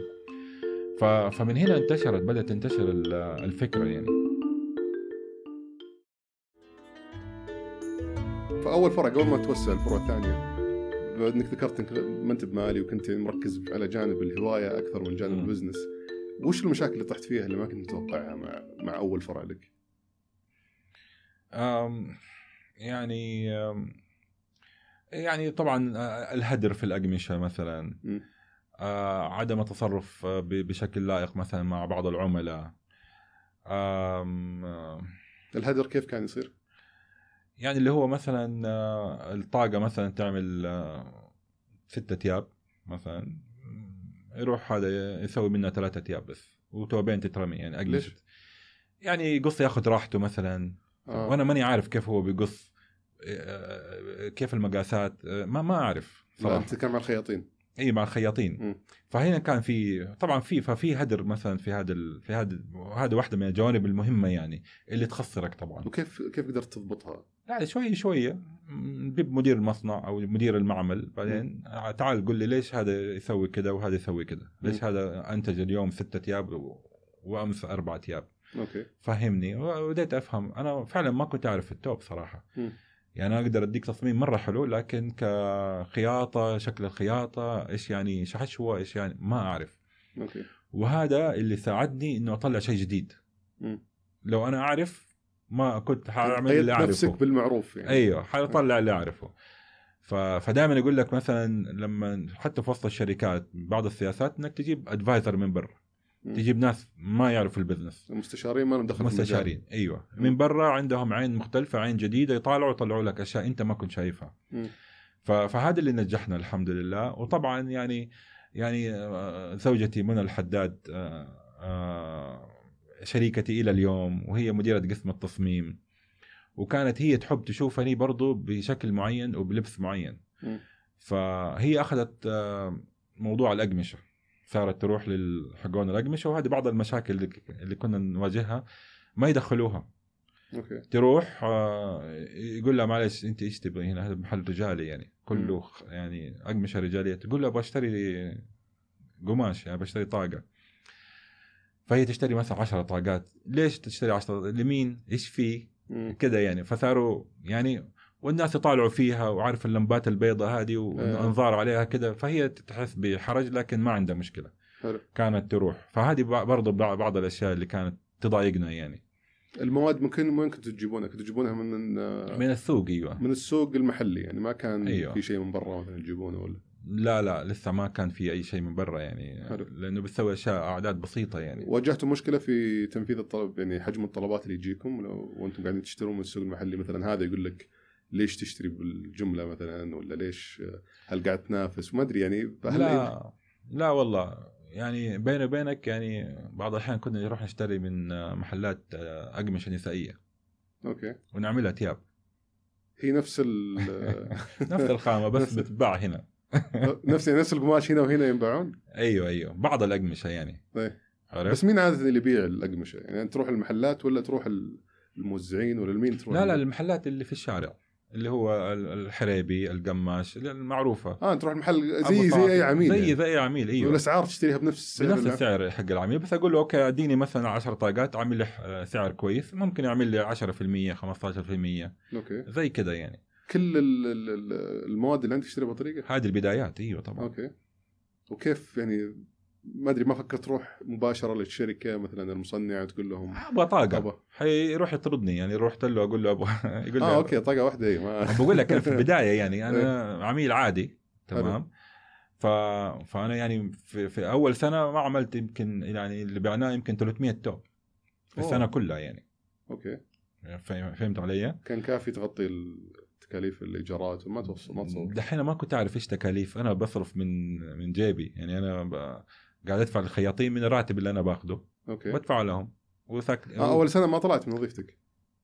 فمن هنا بدأت تنتشر الفكره يعني. فأول فرع قبل ما توسع الفروع الثانية، بأنك ذكرت إنك ما أنت بمالي وكنت مركز على جانب الهواية أكثر من جانب البزنس، وش المشاكل اللي طحت فيها اللي ما كنت متوقعها مع أول فرع لك؟ يعني طبعا الهدر في الأقمشة مثلا، عدم التصرف بشكل لائق مثلا مع بعض العملاء. الهدر كيف كان يصير؟ يعني اللي هو مثلا الطاقة مثلا تعمل 6 ثياب مثلا، يروح هذا يسوي منها 3 ثياب بس، وتوبين تترمي يعني أقمشة. يعني يقص ياخذ راحته مثلا. وانا ماني عارف كيف هو بيقص، كيف المقاسات، ما اعرف صراحه. انت كان مع الخياطين؟ اي مع الخياطين. فهنا كان في طبعا ففي هدر مثلا في هذا واحده من الجوانب المهمه يعني اللي تخسرك طبعا. وكيف قدرت تضبطها؟ يعني شويه بمدير المصنع او مدير المعمل، بعدين تعال قل لي ليش هذا يسوي كذا وهذا يسوي كذا، ليش هذا انتج اليوم 6 ثياب وامس 4 ثياب. اوكي. فهمني وبديت افهم. انا فعلا ما كنت اعرف التوب صراحه. يعني انا اقدر اديك تصميم مره حلو، لكن كخياطه، شكل الخياطه ايش يعني، حشوه ايش يعني، ما اعرف. اوكي. وهذا اللي ساعدني انه اطلع شيء جديد. لو انا اعرف ما كنت حاعمل اللي اعرفه. نفسك بالمعروف يعني. ايوه حاطلع اللي اعرفه. فدائما يقول لك مثلا لما حتى في وسط الشركات بعض السياسات انك تجيب ادفايزر من برا، تجيب ناس ما يعرفوا البزنس، مستشارين ما ندخل مستشارين. ايوه من برا عندهم عين مختلفه، عين جديده، يطالعوا لك اشياء انت ما كنت شايفها. فهذا اللي نجحنا الحمد لله. وطبعا يعني زوجتي منى الحداد شريكتي إلى اليوم، وهي مديرة قسم التصميم، وكانت هي تحب تشوفني برضو بشكل معين وبلبس معين. فهي أخذت موضوع الأقمشة، صارت تروح للحقون الأقمشة، وهذه بعض المشاكل اللي كنا نواجهها ما يدخلوها. أوكي. تروح يقول لها معلش انت ايش تبغي هنا، هذا محل رجالي يعني كله يعني أقمشة رجالية. تقول له بشتري قماش، يعني بشتري طاقة. فهي تشتري مثلا 10 طاقات. ليش تشتري 10؟ لمين؟ ايش فيه كده يعني. فصاروا يعني والناس يطالعوا فيها، وعارف اللمبات البيضاء هذه وانظار عليها كده، فهي تحس بحرج لكن ما عندها مشكلة. حلو. كانت تروح. فهذه برضو بعض الأشياء اللي كانت تضايقنا يعني. المواد وين كنتوا تجيبونها؟ كنتوا تجيبونها من السوق. ايوه، من السوق المحلي يعني، ما كان أيوة. في شيء من برا مثلا تجيبونه ولا؟ لا لسه ما كان في اي شيء من برا يعني. حلو. لانه بتسوي اشياء اعداد بسيطه يعني. واجهتوا مشكله في تنفيذ الطلب، يعني حجم الطلبات اللي يجيكم وانتم قاعدين تشترون من السوق المحلي مثلا؟ هذا يقول لك ليش تشتري بالجمله مثلا، ولا ليش هل قاعد تنافس؟ ما ادري يعني. لا والله يعني بيني وبينك يعني بعض الأحيان كنا نروح نشتري من محلات أقمشة نسائية. أوكي. ونعملها تياب. هي نفس نفس الخامة بس بتباع هنا. نفس القماش هنا وهنا ينباعون. أيوة بعض الأقمشة يعني. بس مين عادة اللي يبيع الأقمشة؟ يعني تروح المحلات ولا تروح الموزعين ولا المين تروح؟ لا المحلات اللي في الشارع، اللي هو الحريبي، القماش المعروفة. تروح المحل زي أي عميل، زي أي عميل. أيوة. والأسعار تشتريها بنفس السعر حق العميل. بس أقول له أوكي أديني مثلا 10 طاقات، عامل لي سعر كويس، ممكن يعمل لي 10% 15%. أوكي. زي كده يعني. كل المواد اللي عندك تشتريها بطريقة؟ هذه البدايات. أيوة طبعا. أوكي. وكيف يعني؟ ما أدري، ما فكرت تروح مباشرة للشركة مثلا المصنع تقول لهم أبغى طاقة؟ حيروح يطردني يعني. رحت له أقول له أبغى يقول لي أوكي طاقة واحدة. أي ما بقول لك في البداية يعني أنا عميل عادي تمام. فأنا يعني في أول سنة ما عملت يمكن يعني اللي بعناه يمكن 300 توب في السنة كلها يعني. أوكي. فهمت علي؟ كان كافي تغطي تكاليف الإيجارات وما توصل ما تصور. دحين ما كنت أعرف إيش تكاليف. أنا بصرف من جيبي يعني. أنا قاعد أدفع للخياطين من الراتب اللي أنا باخده. أوكي. بدفع لهم أول سنة ما طلعت من وظيفتك؟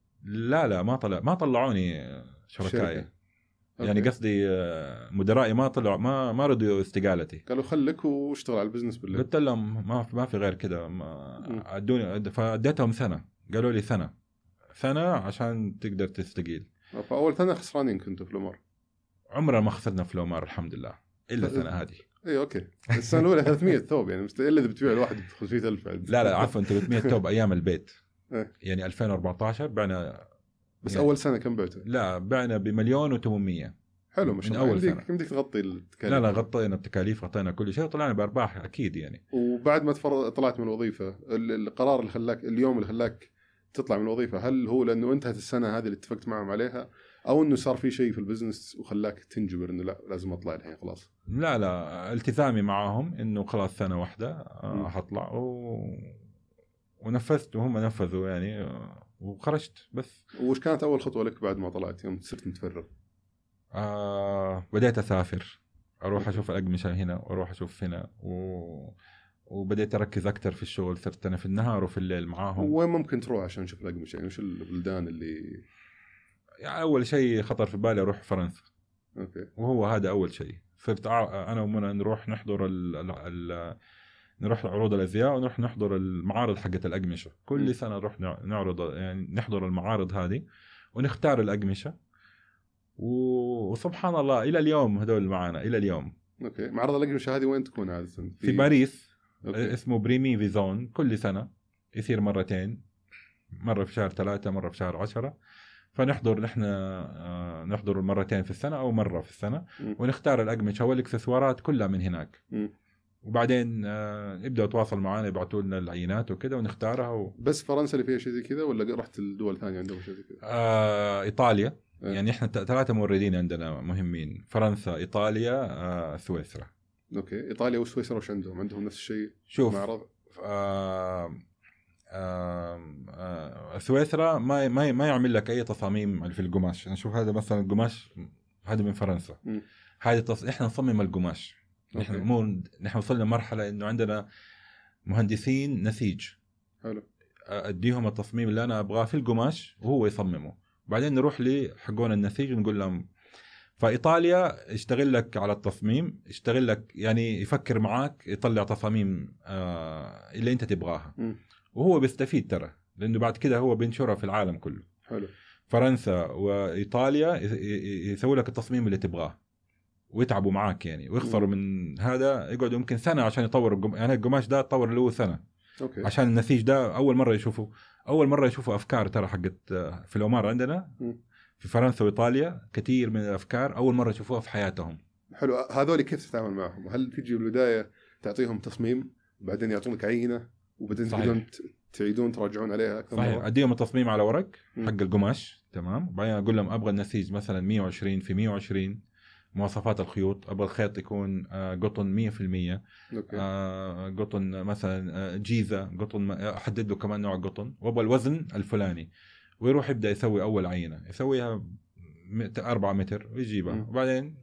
لا ما طلعوني شركائي يعني. قصدي مدرائي ما طلعوا، ما رضوا استقالتي. قالوا خليك واشتغل على البزنس بالله. قلت لهم ما في غير كده. ادوني فاديتهم سنة. قالوا لي سنة عشان تقدر تستقيل. فأول سنة خسرانين كنتوا في الأمور؟ عمرنا ما خسرنا في الأمور الحمد لله إلا السنة هذه. اي اوكي. السنة الأولى 300 ثوب يعني مستحيل إذا بتبيع الواحد ب 500,000. لا عفوا 300 ثوب أيام البيت. يعني 2014 بعنا. بس يعني أول سنة كم بعته؟ لا بعنا ب1,800,000. حلو ما شاء الله. أول سنة يمديك تغطي التكاليف. لا غطينا التكاليف، غطينا كل شيء، طلعنا بأرباح أكيد يعني. وبعد ما طلعت من الوظيفة، القرار اللي خلاك اليوم اللي خلاك تطلع من الوظيفة، هل هو لأنه انتهت السنة هذه اللي اتفقت معهم عليها، أو إنه صار في شيء في البزنس وخلاك تنجبر إنه لا لازم أطلع الحين خلاص؟ لا التزامي معهم إنه خلاص سنة واحدة هطلع ونفذت وهم نفذوا يعني وخرجت بس. وش كانت أول خطوة لك بعد ما طلعت يوم صرت متفرغ؟ بديت أسافر، أروح أشوف الأقمشة هنا وأروح أشوف هنا وبديت أركز أكتر في الشغل. صرت أنا في النهار وفي الليل معاهم. وين ممكن تروح عشان نشوف الأقمشة يعني؟ وش البلدان اللي يعني أول شيء خطر في بالي أروح فرنسا. أوكي. وهو هذا أول شيء. صرت أنا ومنى نروح نحضر نروح عروض الأزياء ونروح نحضر المعارض حقت الأقمشة. كل سنة نروح نعرض يعني نحضر المعارض هذه ونختار الأقمشة. وسبحان الله إلى اليوم هذول معنا إلى اليوم. أوكي. معرض الأقمشة هذه وين تكون عادة؟ في باريس. أوكي. اسمه بريمي فيزون. كل سنة يصير مرتين، مرة في شهر 3 مرة في شهر 10. فنحضر نحضر مرتين في السنة أو مرة في السنة. ونختار الأقمشة والإكسسوارات كلها من هناك. وبعدين يبدأوا يتواصل معنا، يبعثوا لنا العينات وكذا ونختارها بس فرنسا اللي فيها شيء زي كذا ولا رحت الدول ثانية عندهم شيء زي كذا؟ إيطاليا. يعني إحنا 3 موردين عندنا مهمين: فرنسا، إيطاليا، سويسرا. أوكي. إيطاليا وسويسرا وش عندهم نفس الشيء؟ شوف معرض. سويسرا ما يعمل لك أي تصاميم في القماش. نشوف هذا مثلا القماش هذا من فرنسا. احنا نصمم القماش. نحن وصلنا مرحله انه عندنا مهندسين نسيج. حلو. اديهم التصميم اللي انا ابغاه في القماش وهو يصممه، بعدين نروح لحقون النسيج ونقول لهم. فايطاليا يشتغل لك على التصميم، يشتغل لك يعني يفكر معاك، يطلع تصاميم اللي انت تبغاها، وهو بيستفيد ترى، لانه بعد كده هو بينشرها في العالم كله. حلو. فرنسا وايطاليا يسوي لك التصميم اللي تبغاه ويتعبوا معاك يعني، ويخسروا من هذا، يقعدوا يمكن سنه عشان يطوروا يعني القماش ده تطور له سنه. أوكي. عشان النسيج ده اول مره يشوفوا افكار ترى حقت في العماره عندنا في فرنسا وايطاليا، كثير من الافكار اول مره يشوفوها في حياتهم. حلو. هذول كيف تتعامل معهم؟ هل تجي بالبدايه تعطيهم تصميم وبعدين يعطونك عينه وبعدين تقدرون تعيدون تراجعون عليها اكثر صحيح. مرة؟ اديهم التصميم على ورق حق القماش، تمام، بعدين اقول لهم ابغى النسيج مثلا 120 في 120 مواصفات الخيوط، ابغى الخيط يكون قطن 100%. قطن مثلا جيزه قطن، احدد له كمان نوع قطن، وابغى الوزن الفلاني، ويروح يبدا يسوي اول عينه، يسويها 4 متر ويجيبها، وبعدين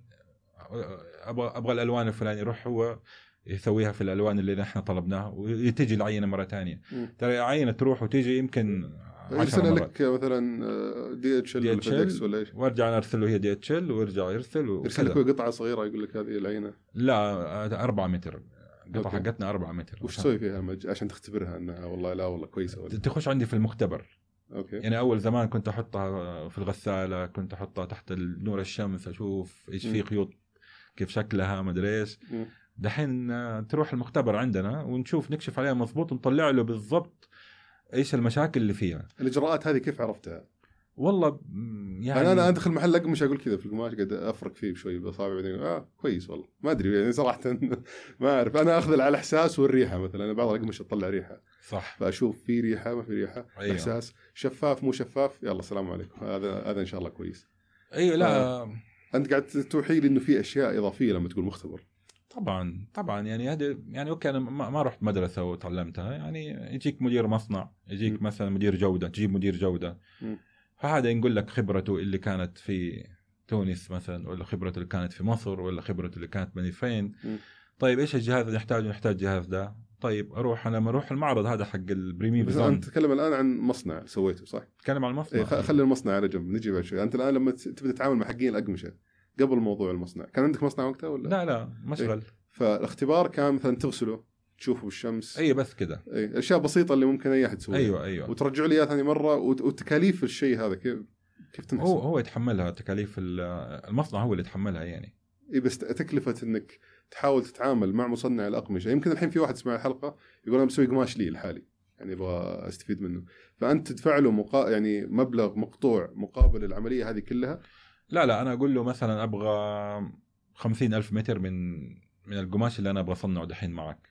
ابغى الالوان الفلانيه، يروح هو يسويها في الالوان اللي نحن طلبناها، وتيجي العينه مره ثانيه. ترى عينه تروح وتيجي يمكن يرسل لك مثلا دي اتش ال ولا فيدكس ولا ايش، وارجع ارسل له هي دي اتش ال، ويرجع يرسل لك قطعه صغيره يقول لك هذه العينه. لا 4 متر قطعه حقتنا 4 متر. وش تسوي فيها عشان تختبرها انها والله لا والله كويسه؟ ولا تخش عندي في المختبر. أوكي. يعني اول زمان كنت احطها في الغساله، كنت احطها تحت نور الشمس، اشوف ايش في خيوط كيف شكلها ما ادري ايش. دحين تروح المختبر عندنا ونشوف نكشف عليها مضبوط، ونطلع له بالضبط ايش المشاكل اللي فيها. الاجراءات هذه كيف عرفتها؟ والله يعني انا ادخل محل اقمش اقول كذا في القماش، قاعد افرك فيه بشوي باصابعي، بعدين كويس والله ما ادري يعني صراحه ما اعرف. انا اخذ على الاحساس والريحه، مثلا انا بعض الاقمش اطلع ريحه صح، فاشوف في ريحه ما في ريحه. أيوة. احساس شفاف مو شفاف، يلا السلام عليكم، هذا ان شاء الله كويس. ايوه. لا انت قاعد توحي لي انه في اشياء اضافيه لما تقول مختبر. طبعا يعني هذا يعني اوكي، انا ما رحت مدرسه وتعلمتها، يعني يجيك مدير مصنع، يجيك مثلا مدير جوده، تجيب مدير جوده، فهذا يقول لك خبرته اللي كانت في تونس مثلا، ولا خبرته اللي كانت في مصر، ولا خبرته اللي كانت من فين. طيب ايش الجهاز اللي نحتاج جهاز ده. طيب انا لما اروح المعرض هذا حق البريمي بس انت تتكلم الان عن مصنع سويته صح؟ تتكلم عن المصنع. خلي المصنع على جنب، نجي بعد شوي. انت الان لما تبدا تتعامل مع حقين الاقمشه قبل موضوع المصنع، كان عندك مصنع وقتها ولا لا مشغل؟ فالاختبار كان مثلا تغسله، تشوفه بالشمس، بس كده، اشياء بسيطه اللي ممكن اي احد يسويها. ايوه وترجع لي اياها ثاني مره. وتكاليف الشيء هذا كيف تنحسب؟ هو يتحملها، تكاليف المصنع هو اللي يتحملها يعني. بس تكلفه انك تحاول تتعامل مع مصنع الأقمشة. يمكن الحين في واحد يسمع الحلقة يقول أنا بسوي قماش لي الحالي، يعني أبغى أستفيد منه، فأنت تدفع له يعني مبلغ مقطوع مقابل العملية هذه كلها؟ لا أنا أقول له مثلا أبغى 50,000 متر من القماش اللي أنا أبغى أصنعه دحين معك،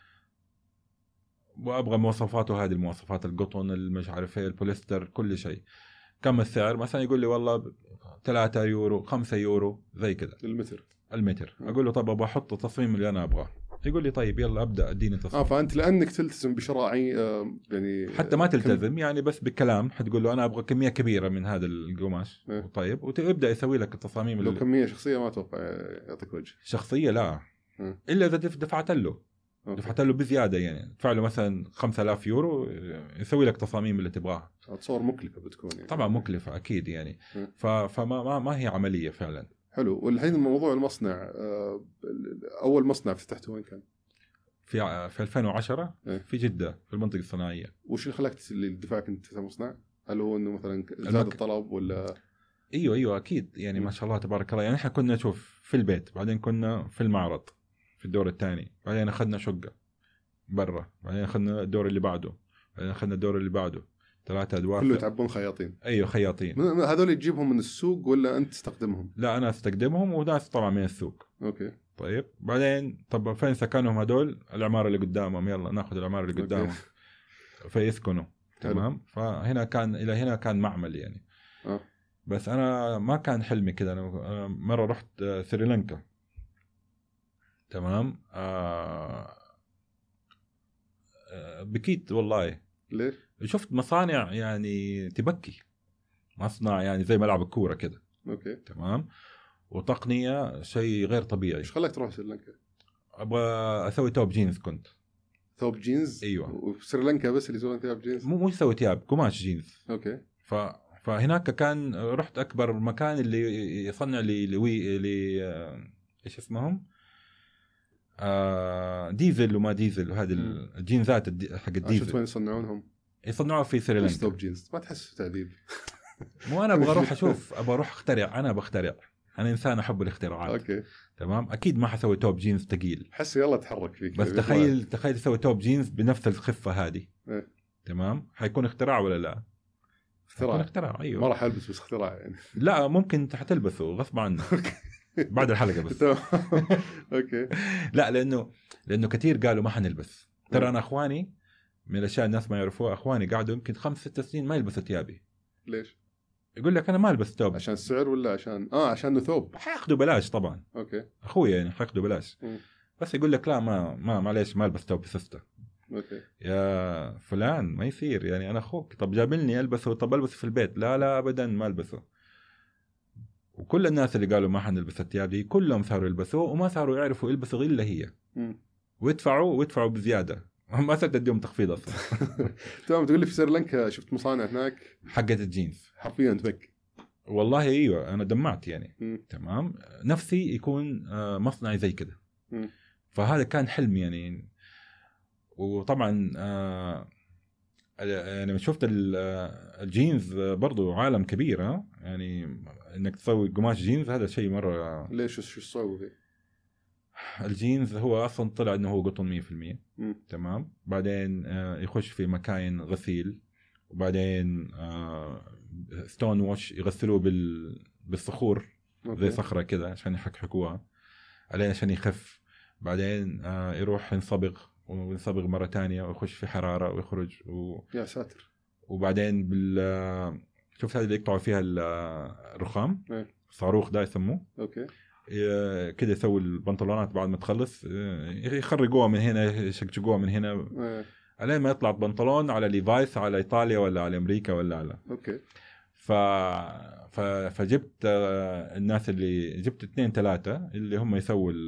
وأبغى مواصفاته هذه، المواصفات القطن المش عارف ايه البوليستر كل شيء. كم السعر؟ مثلا يقول لي والله 3 يورو 5 يورو زي كذا المتر. اقول له طب ابغى احط التصميم اللي انا ابغاه. يقول لي طيب يلا ابدا اديني تصميم. فانت لانك تلتزم بشرائي يعني حتى ما تلتزم يعني، بس بالكلام حتقول له انا ابغى كميه كبيره من هذا القماش. طيب وتبدا يسوي لك التصاميم. لو كميه شخصيه ما اتوقع يعطيك وجه. شخصيه لا الا اذا دفعت له بزياده، يعني دفع له مثلا 5,000 يورو يسوي لك تصاميم اللي تبغاها. تصور مكلفه بتكون يعني. طبعا مكلفه اكيد يعني. فما ما هي عمليه فعلا. حلو. والحين موضوع المصنع، اول مصنع فتحته وين كان؟ في 2010 في جده في المنطقه الصناعيه. وش اللي خلاك اللي دفعك انت تفتح مصنع؟ هل هو انه مثلا زاد الطلب ولا؟ ايوه اكيد يعني ما شاء الله تبارك الله. يعني احنا كنا نشوف في البيت، بعدين كنا في المعرض في الدور الثاني، بعدين اخذنا شقه برا، بعدين اخذنا الدور اللي بعده، بعدين اخذنا الدور اللي بعده، 3 ادوار كله تعبون خياطين. ايوه خياطين. هذول تجيبهم من السوق ولا انت تستخدمهم؟ لا انا استخدمهم، وناس طبعا من السوق. اوكي طيب بعدين طب فين سكنهم هذول؟ العماره اللي قدامهم، يلا ناخذ العماره اللي قدامهم فيسكنوا. تمام. فهنا كان الى هنا كان معمل يعني. بس انا ما كان حلمي كذا. انا مره رحت سريلانكا. تمام. بكيت والله. ليش؟ شفت مصانع يعني تبكي. مصنع يعني زي ملعب الكوره كده. اوكي تمام. وتقنيه شيء غير طبيعي. ايش خلاك تروح سريلانكا؟ ابغى اسوي توب جينز. كنت ثوب جينز؟ ايوه. وفي سريلانكا بس اللي يسوون ثياب جينز؟ مو يسوي ثياب، قماش جينز. اوكي. فهناك كان رحت اكبر مكان اللي يصنع لي ايش اسمهم، ديزل وما ديزل، وهذه الجينزات حق الديزل. شفت وين يصنعونهم؟ يصنعوها في سريلانكا. ستوب جينز ما تحس تعذيب؟ مو انا ابغى اروح اشوف، ابغى اروح اخترع. انا بخترع، انا انسان احب الاختراعات. اوكي تمام. اكيد ما حسوي توب جينز ثقيل، حس يلا تحرك فيك. بس تخيل تسوي توب جينز بنفس الخفه هذه. إيه؟ تمام. حيكون اختراع ولا لا؟ اختراع. ايوه. ما راح البس بس اختراع يعني. لا ممكن حتلبسه غصب عنك بعد الحلقه بس. اوكي. لا لانه كثير قالوا ما حنلبس. ترى انا اخواني من الاشياء الناس ما يعرفوها، اخواني قعدوا يمكن 5-6 سنين ما يلبسوا ثيابي. ليش؟ يقول لك انا ما البس ثوب. عشان السعر ولا عشان ثوب؟ حياخذوا بلاش طبعا. اوكي. اخويا يعني حياخذوا بلاش. بس يقول لك لا ما معليش ما البس ثوب بسفته. اوكي. يا فلان ما يصير يعني، انا اخوك. طب جابلني البسه، طب البسه في البيت. لا ابدا ما البسه. وكل الناس اللي قالوا ما حنلبس الثياب دي كلهم صاروا يلبسوه، وما صاروا يعرفوا يلبسوا الا هي. ويدفعوا بزياده. ما صرت اديهم تخفيض اصلا. تمام. تقول لي في سريلانكا شفت مصانع هناك حقت الجينز حرفيا تبك. والله ايوه انا دمعت يعني. تمام. نفسي يكون مصنعي زي كده. فهذا كان حلم يعني. وطبعا يعني شفت الجينز برضو عالم كبير. يعني انك تسوي قماش جينز هذا شيء مره. ليش شو تسوي فيه؟ الجينز هو اصلا طلع انه هو قطن 100%. تمام. بعدين يخش في مكاين غسيل، وبعدين ستون ووش يغسلوه بالصخور زي صخره كذا عشان يحكحكوها عليه عشان يخف. بعدين يروح ينصبغ مرة تانية ويخش في حرارة ويخرج يا ساتر. وبعدين شوف هذه اللي يقطعوا فيها الرخام. صاروخ ده يسموه. اوكي. كده يسوي البنطلونات بعد ما تخلص، يخرجوها من هنا يشققوها من هنا على ما يطلع بنطلون على ليفايس على إيطاليا ولا على أمريكا ولا على. اوكي. فجبت الناس اللي جبت 2-3 اللي هم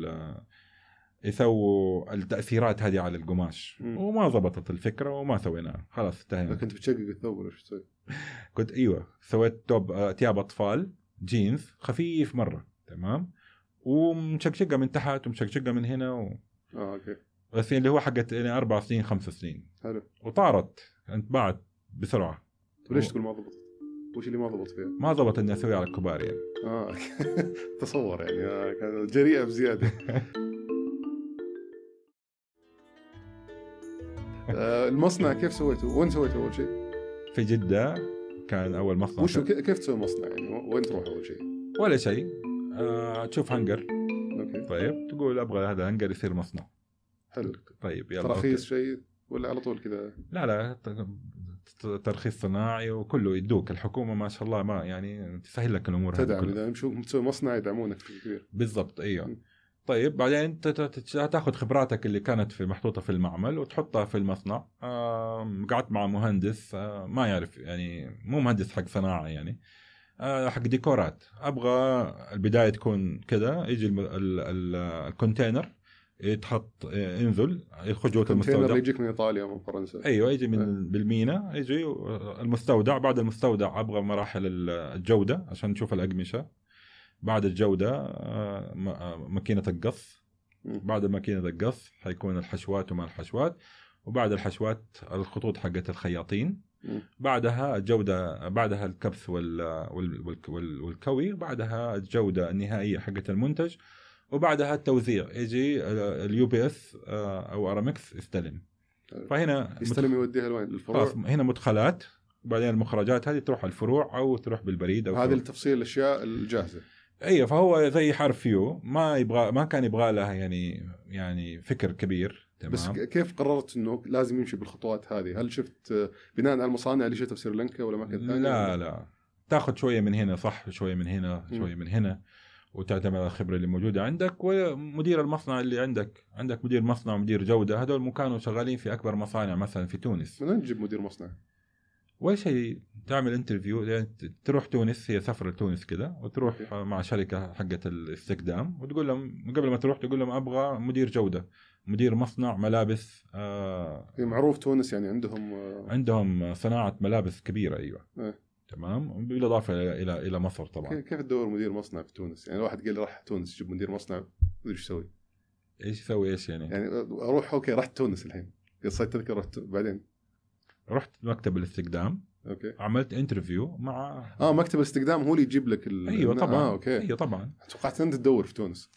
يسووا التأثيرات هذه على القماش. وما ضبطت الفكرة وما سويناها، خلاص انتهينا. كنت بتشقق الثوب ولا شو تسوي؟ كنت سويت ثياب أطفال جينز خفيف مرة. تمام. ومشقشقة من تحت ومشقشقة من هنا اوكي. بس اللي هو حقت 4 سنين 5 سنين. حلو. وطارت انطبعت بسرعة. ليش تقول ما ضبطت؟ وش اللي ما ضبط فيها؟ ما ضبط اني اسويها على الكبار يعني. تصور يعني كان جريئة بزيادة. المصنع كيف سويته؟ وين سويته أول شيء؟ في جدة كان أول مصنع. وشو كيف تسوي مصنع يعني؟ وين تروح أول شيء؟ ولا شيء. تشوف هنجر. أوكي. طيب تقول أبغى هذا هنجر يصير مصنع. حلو. طيب يلا. ترخيص شيء ولا على طول كذا؟ لا ترخيص صناعي وكله يدوك. الحكومة ما شاء الله ما يعني تسهل لك الأمور. تدعم إذا شو تسوي مصنع يدعمونك في كبير. بالضبط أيوه. طيب بعدين تاخذ خبراتك اللي كانت محطوطة في المعمل وتحطها في المصنع. قعدت مع مهندس ما يعرف يعني، مو مهندس حق صناعة يعني، حق ديكورات. أبغى البداية تكون كذا، يجي الكونتينر يتحط ينزل يخرج جوه المستودع. يجيك من إيطاليا من فرنسا. أيوة يجي من بالمينا، يجي المستودع. بعد المستودع أبغى مراحل الجودة عشان نشوف الأقمشة. بعد الجودة ماكينة القص. بعد ماكينة القص حيكون الحشوات وما الحشوات. وبعد الحشوات الخطوط حقت الخياطين. بعدها الجودة، بعدها الكبس والكوي. بعدها الجودة النهائية حقت المنتج. وبعدها التوزيع، يجي الUPS أو أرامكس يستلم. فهنا يستلم يوديها لوين؟ للفروع. هنا مدخلات، بعدين المخرجات هذه تروح الفروع أو تروح بالبريد. هذه التفصيل الأشياء الجاهزة. ايوه. فهو زي حرف يو، ما كان يبغى لها يعني فكر كبير. تمام. بس كيف قررت انه لازم يمشي بالخطوات هذه؟ هل شفت بناء على المصانع اللي شفتها في سريلانكا ولا مكان ثاني؟ لا تاخذ شويه من هنا صح، شويه من هنا، شويه من هنا، وتعتمد على الخبره اللي موجوده عندك ومدير المصنع اللي عندك مدير مصنع ومدير جوده. هذول كانوا شغالين في اكبر مصانع مثلا في تونس. من وين تجيب مدير مصنع؟ اول شيء تعمل انترفيو، يعني تروح تونس، هي سفره لتونس كده، وتروح مع شركه حقه الاستخدام، وتقول لهم قبل ما تروح تقول لهم ابغى مدير جوده، مدير مصنع ملابس. هي معروف تونس يعني عندهم عندهم صناعه ملابس كبيره. ايوه. تمام. بالاضافه الى مصر طبعا. كيف تدور مدير مصنع في تونس؟ يعني واحد قال لي راح تونس يجيب مدير مصنع، ايش يسوي؟ ايش يسوي ايش يعني اروح اوكي رحت تونس الحين، قصيت تذكره بعدين رحت مكتب الاستخدام، اوكي عملت انترفيو مع مكتب الاستخدام هو اللي يجيب لك ايوه طبعا. اوكي ايوه طبعا. توقعت انت تدور في تونس.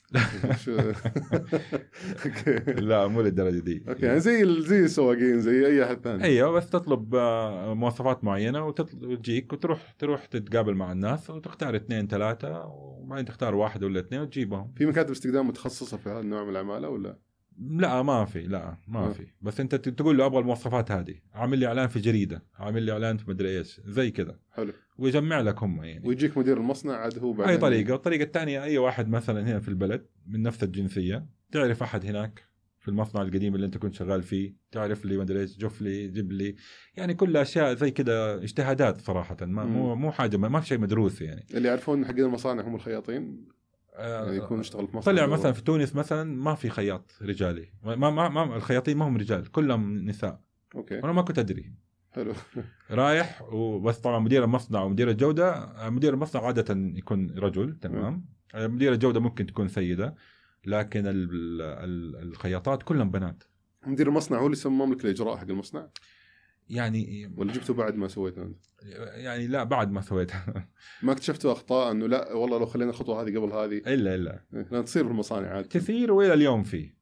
اوكي لا مو للدرجه دي. اوكي يعني زي السواقين زي اي احد ثاني. ايوه بس تطلب مواصفات معينه وتجيك وتروح تتقابل مع الناس وتختار 2 3 وبعدين تختار 1 ولا 2 وتجيبهم. في مكاتب استخدام متخصصه في هذا النوع من العماله ولا؟ لا ما في بس انت تقول له ابغى المواصفات هذه، عامل لي اعلان في جريده، عامل لي اعلان في مدري ايش زي كذا. حلو. ويجمع لك هم يعني، ويجيك مدير المصنع عاد هو بعدين. اي طريقه. والطريقه الثانيه اي واحد مثلا هنا في البلد من نفس الجنسيه، تعرف احد هناك في المصنع القديم اللي انت كنت شغال فيه، تعرف لي مدري ايش، جف لي جيب لي، يعني كل اشياء زي كذا اجتهادات صراحه، مو حاجه، ما في شيء مدروس يعني. اللي يعرفون حقين المصانع هم الخياطين، يعني يكون يشتغل في مصنع. طلع مثلا في تونس مثلا ما في خياط رجالي، ما الخياطين ما هم رجال، كلهم نساء. اوكي وانا ما كنت ادري. حلو. رايح وبس. طبعا مدير المصنع ومدير الجوده، مدير المصنع عاده يكون رجل، تمام. مدير الجوده ممكن تكون سيده، لكن الخياطات كلهم بنات. مدير المصنع هو اللي صمم لك الاجراء حق المصنع يعني، ولا جبته بعد ما سويته انت؟ يعني لا بعد ما سويتها. ما اكتشفتوا اخطاء انه لا والله لو خلينا الخطوه هذه قبل هذه؟ الا لا تصير في المصانع عاد كثير والى اليوم فيه.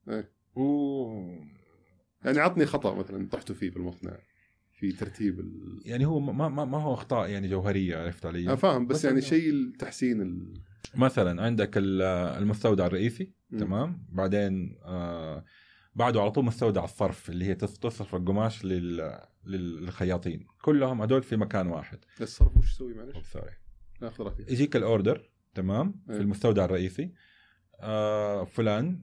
يعني عطني خطا مثلا طحتوا فيه في المصنع في ترتيب يعني هو ما هو اخطاء يعني جوهريه، عرفت علي؟ انا فاهم بس يعني شيء التحسين مثلا عندك المستودع الرئيسي، تمام. بعدين بعده على طول مستودع الصرف اللي هي تصرف القماش للخياطين، كلهم هذول في مكان واحد. الصرف وش يسوي معلش؟ سوري. ناخذ راحتك. يجيك الاوردر، تمام. في المستودع الرئيسي فلان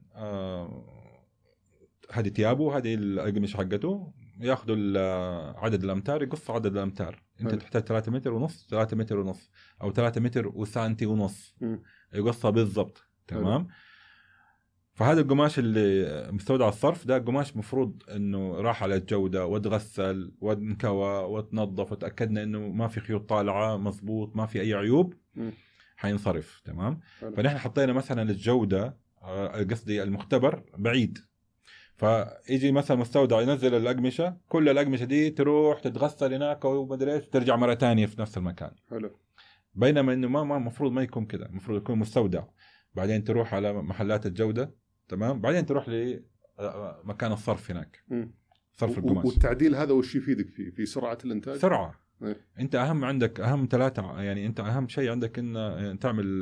هذه ثيابه، هذه القماش حقته، ياخذوا عدد الامتار، يقص عدد الامتار. انت تحتاج 3 متر ونص، 3 متر ونص، او 3 متر وسنتي ونص، يقصها بالضبط، تمام. فهذا القماش اللي مستودع الصرف ده قماش مفروض انه راح على الجوده وتغسل وانكوى وتنظف وتاكدنا انه ما في خيوط طالعه مزبوط، ما في اي عيوب، حينصرف، تمام. فنحن حطينا مثلا الجوده، قصدي المختبر بعيد، فيجي مثلا مستودع ينزل الأقمشة، كل الأقمشة دي تروح تتغسل هناك ومدري ايش، ترجع مرة تانية في نفس المكان. حلو. بينما انه ما مفروض ما يكون كده، مفروض يكون مستودع، بعدين تروح على محلات الجودة، تمام، بعدين تروح لمكان الصرف هناك. صرف القماش. والتعديل هذا وش يفيدك في سرعة الانتاج؟ سرعة. انت عندك اهم 3، يعني انت اهم شيء عندك ان تعمل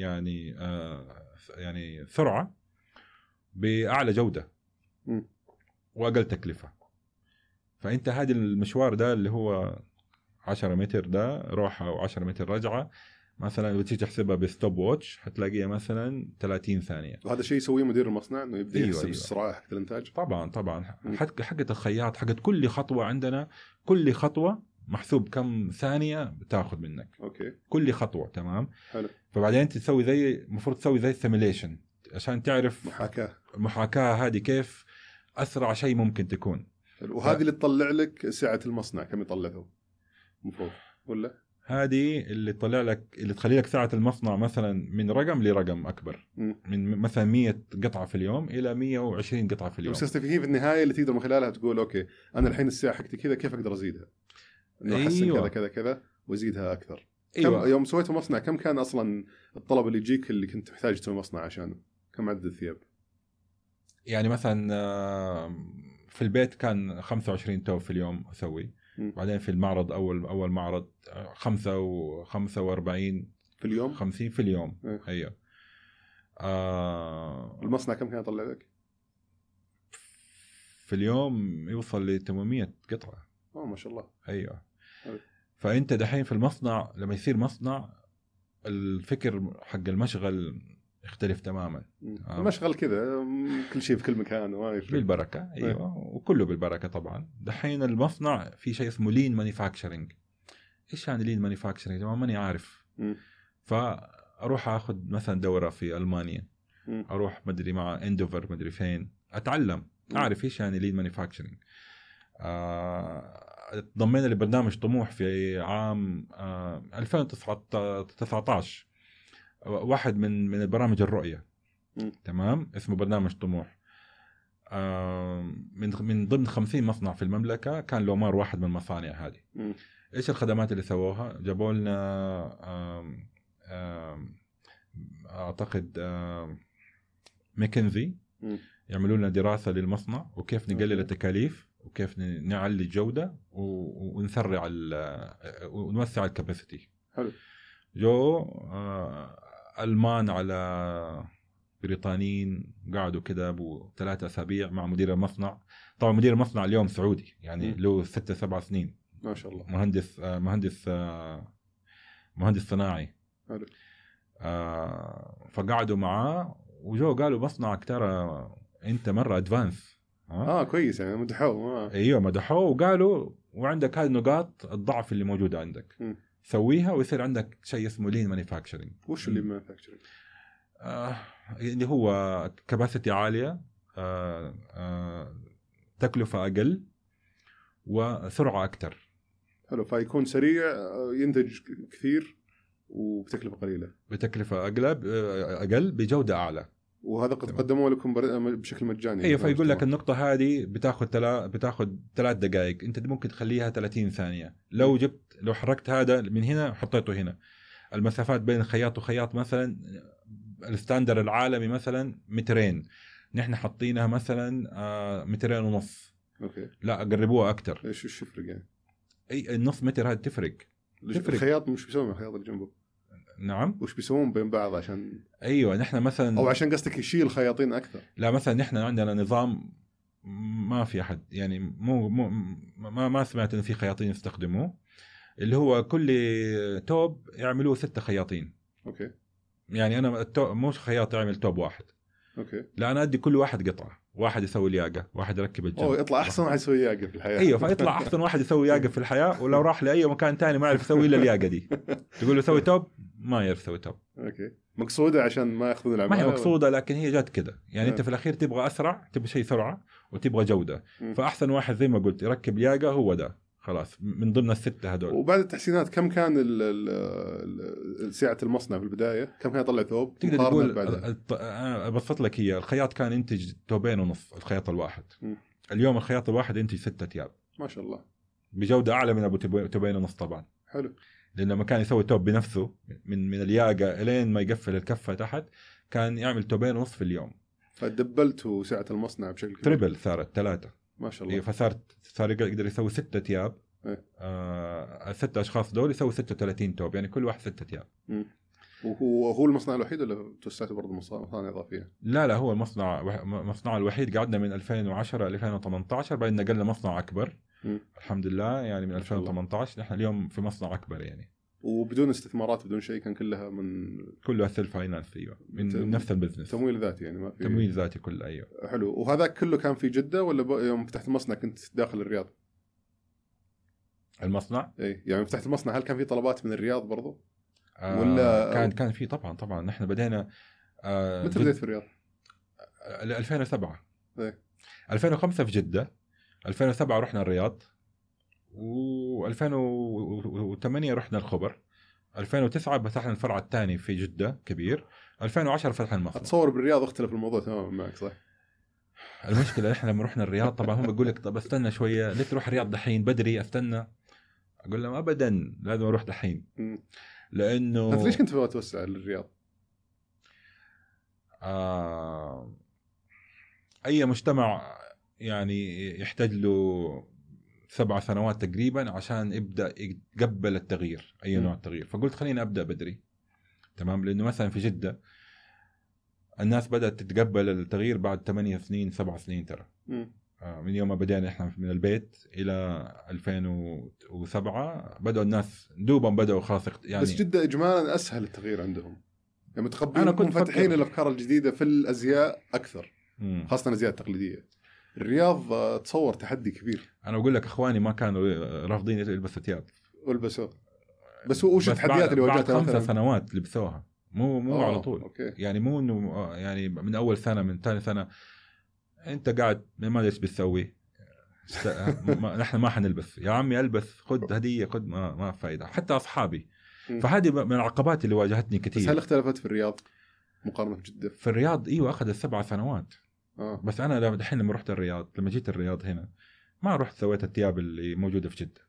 يعني سرعة بأعلى جودة واقل تكلفه. فانت هذا المشوار ده اللي هو 10 متر ده روحه و10 متر رجعه، مثلا بتيجي تحسبها بستوب ووتش حتلاقيها مثلا 30 ثانيه. وهذا شيء يسويه مدير المصنع انه يبدا يحسب السرعه حق الانتاج. طبعا حقت الخياط، حقت كل خطوه عندنا، كل خطوه محسوب كم ثانيه بتاخذ منك. اوكي. كل خطوه، تمام. حلو. فبعدين انت تسوي المفروض تسوي زي سيميليشن عشان تعرف محاكاه هذه كيف أسرع شيء ممكن تكون. وهذه اللي تطلع لك سعة المصنع كم يطلعه المفروض ولا؟ هذه اللي تطلع لك، اللي تخلي لك سعة المصنع مثلا من رقم لرقم أكبر. من مثلا 100 قطعة في اليوم إلى 120 قطعة في اليوم. بس في النهاية اللي تقدر من خلالها تقول أوكي أنا الحين الساعة حقتي كذا، كيف أقدر أزيدها؟ إنه أحسن كذا كذا كذا وأزيدها أكثر. كم يوم سويت مصنع كم كان أصلا الطلب اللي يجيك اللي كنت محتاج تسوي مصنع عشانه؟ كم عدد الثياب؟ يعني مثلا في البيت كان 25 توب في اليوم أسوي. بعدين في المعرض أول معرض 45 في اليوم، 50 في اليوم. أيوة. المصنع كم كان يطلع لك؟ في اليوم يوصل ل 800 قطعة. ما شاء الله. أيوة. فأنت دحين في المصنع لما يصير مصنع، الفكر حق المشغل يختلف تماما. مشغل كذا كل شيء في كل مكان بالبركة. أيوة. وكله بالبركة طبعا. دحين المصنع في شيء اسمه لين مانيفاكتشرينج. إيش يعني لين مانيفاكتشرينج؟ ماني عارف. فأروح أخذ مثلا دورة في ألمانيا، أروح مدري مع إندوفر مدري فين، أتعلم أعرف إيش يعني لين مانيفاكتشرينج. ضمينا لبرنامج طموح في عام 2019، واحد من البرامج الرؤية. تمام. اسمه برنامج طموح. من ضمن 50 مصنع في المملكة كان لومار واحد من المصانع هذه. إيش الخدمات اللي سووها؟ جابوا لنا أعتقد ميكنزي يعملوا لنا دراسة للمصنع وكيف نقلل التكاليف وكيف نعلي الجودة ونسرع ونوسع الكاباسيتي. حلو. جو ألمان على بريطانيين قعدوا كده أبو 3 أسابيع مع مدير المصنع. طبعا مدير المصنع اليوم سعودي يعني له 6-7 سنين ما شاء الله، مهندس صناعي. حلو. فقعدوا معاه وجو قالوا مصنعك ترى انت مرة ادفانس. كويس يعني مدحوه. ايوه مدحوه وقالوا وعندك هذه النقاط الضعف اللي موجودة عندك سويها ويصير عندك شيء اسمه لين مانيفاكتشرينج. وش اللي مانيفاكتشرينج؟ اللي هو كباسيتي عالية، تكلفة أقل وسرعة أكتر. حلو. فيكون سريع، ينتج كثير وبتكلفة قليلة، بتكلفة أقل بجودة أعلى. وهذا قد قدموه لكم بشكل مجاني. ايوه. فيقول لك النقطة هذه بتاخذ 3 دقائق، انت ممكن تخليها 30 ثانية. لو حركت هذا من هنا حطيته هنا. المسافات بين خياط وخياط مثلا الستاندر العالمي مثلا 2 متر، نحن حاطينها مثلا 2.5 متر. اوكي. لا قربوها اكثر. ايش يفرق يعني؟ اي النص متر هذا تفرق. الخياط مش بيسوي مع الخياط اللي جنبه؟ نعم. وش بيسوون بين بعض عشان ايوه نحن مثلا او عشان قصدك يشيل خياطين اكثر؟ لا مثلا نحن عندنا نظام ما في احد يعني ما سمعت انه في خياطين يستخدموه، اللي هو كل توب يعملوه 6 خياطين. اوكي. يعني انا مش خياط يعمل توب واحد. اوكي. لا انا ادي كل واحد قطعه، واحد يسوي الياقه، واحد يركب الجنب. يطلع احسن واحد يسوي ياقه في الحياه. ايوه فيطلع احسن واحد يسوي ياقه في الحياه. ولو راح لاي مكان تاني ما يعرف يسوي الا الياقه دي، تقول له سوي توب ما يعرف يسوي توب. اوكي. مقصوده عشان ما ياخذون العماله؟ ما هي مقصوده لكن هي جت كده يعني. انت في الاخير تبغى اسرع، تبغى شيء سرعه وتبغى جوده. فاحسن واحد زي ما قلت يركب ياقه هو ده خلاص من ضمن ال6 هذول. وبعد التحسينات كم كان سعة المصنع في البداية؟ كم كان يطلع ثوب؟ تقدر تقول ابسط لك هي الخياط كان ينتج 2.5 توب الخياط الواحد. اليوم الخياط الواحد ينتج 6 ثياب. ما شاء الله. بجودة أعلى من أبو 2.5 طبعا. حلو. لأنه ما كان يسوي توب بنفسه من الياقة لين ما يقفل الكفة تحت، كان يعمل 2.5 في اليوم. فدبلتوا سعة المصنع بشكل كبير. تريبل صارت 3. ما شاء الله. صار يقدر يسوي 6 ثياب. 6 أشخاص دول يسوي 36 توب، يعني كل واحد 6 ثياب. وهو المصنع الوحيد ولا توسعتوا برضه مصانع إضافية؟ لا هو مصنع الوحيد. قعدنا من 2010 ل 2018 بعدين نقلنا مصنع أكبر. الحمد لله يعني من 2018 نحن اليوم في مصنع أكبر يعني. وبدون استثمارات بدون شيء، كان كلها سيلف فاينانس. ايوه من نفس البزنس. تمويل ذاتي يعني، ما في تمويل ذاتي كله. ايوه. حلو. وهذا كله كان في جدة ولا يوم فتحت المصنع كنت داخل الرياض؟ المصنع يعني فتحت المصنع هل كان في طلبات من الرياض برضو؟ ولا كان في طبعا نحن بدينا متى بديت في الرياض؟ 2007. 2005 في جدة، 2007 رحنا الرياض، و2008 رحنا الخبر، 2009 فتحنا الفرع الثاني في جدة كبير، 2010 فتحنا المصنع. اتصور بالرياض اختلف الموضوع تماما معك صح؟ المشكلة احنا لما رحنا الرياض طبعا هم يقول لك طب استنى شوية، ليه تروح الرياض دحين بدري؟ استنى. اقول لهم ابدا لازم اروح دحين. لانه انت ليش كنت تبغى توسع للرياض؟ اي مجتمع يعني يحتاج له 7 سنوات تقريبا عشان يبدأ يتقبل التغيير، أي نوع تغيير. فقلت خليني أبدأ بدري. تمام. لأنه مثلا في جدة الناس بدأت تتقبل التغيير بعد 8 سنين 7 سنين ترى. من يوم ما بدأنا إحنا من البيت إلى 2007 بدأوا الناس دوبا بدأوا خلاص يعني. بس جدة إجمالا أسهل التغيير عندهم. يعني متقبلين منفتحين الافكار الجديده في الازياء اكثر، خاصه الازياء التقليديه. الرياض تصور تحدي كبير. انا اقول لك اخواني ما كانوا رافضين يلبسوا ثياب والبسوا، بس وش التحديات اللي واجهتها؟ بعد 5 سنوات لبسوها، مو على طول. أوكي. يعني مو انه يعني من اول سنه من ثاني سنه انت قاعد ما ادري ايش بتسوي. نحن ما حنلبس يا عمي، البس، خذ هديه، خذ، ما فايده. حتى اصحابي. فهذه من العقبات اللي واجهتني كثير. بس هل اختلفت في الرياض مقارنه بجده؟ في الرياض ايوه اخذت 7 سنوات. بس انا الحين لما رحت الرياض، لما جيت الرياض هنا ما رحت سويت الثياب اللي موجوده في جده.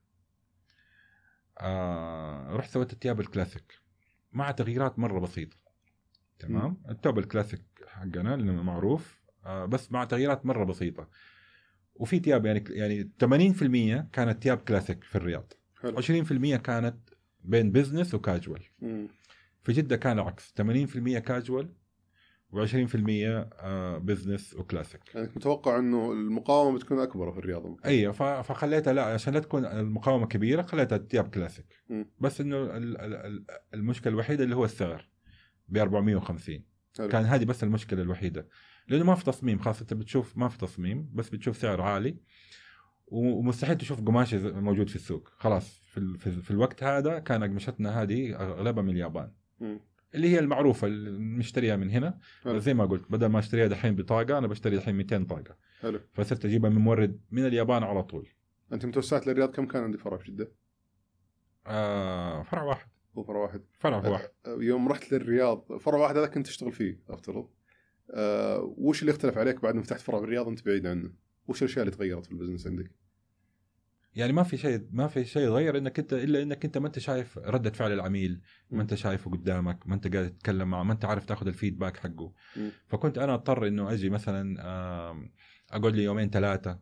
رحت سويت الثياب الكلاسيك مع تغييرات مره بسيطه. تمام. الثوب الكلاسيك حقنا اللي معروف، بس مع تغييرات مره بسيطه. وفي ثياب يعني 80% كانت ثياب كلاسيك في الرياض، 20% كانت بين بزنس وكاجوال. في جده كان العكس، 80% كاجوال و20% بزنس وكلاسيك. يعني متوقع انه المقاومه بتكون اكبر في الرياضه. ايوه، فخليتها لا، عشان لا تكون المقاومه كبيره خليتها ثياب كلاسيك. بس انه المشكله الوحيده اللي هو السعر ب 450. كان هذه بس المشكله الوحيده، لانه ما في تصميم. خاصه انت بتشوف ما في تصميم، بس بتشوف سعر عالي، ومستحيل تشوف قماش موجود في السوق. خلاص في الوقت هذا كان قماشتنا هذه اغلبها من اليابان، اللي هي المعروفه اللي نشتريها من هنا. زي ما قلت، بدل ما اشتريها دحين بطاقه، انا بشتري دحين 200 طاقه. حلو. فصرت اجيبها من مورد من اليابان على طول. انت متوسعت للرياض، كم كان عندك فرع في جده؟ فرع واحد. هو فرع واحد. فرع واحد. يوم رحت للرياض فرع واحد هذا كنت تشتغل فيه افترض. وش اللي اختلف عليك بعد ما فتحت فرع بالرياض انت بعيد عنه؟ وش الاشياء اللي تغيرت في البزنس عندك؟ يعني ما في شيء يغير انك انت، الا انك انت ما انت شايف ردة فعل العميل، ما انت شايفه قدامك، ما انت قاعد تتكلم معه، ما انت عارف تاخذ الفيدباك حقه. فكنت انا اضطر انه اجي مثلا اقعد لي 2-3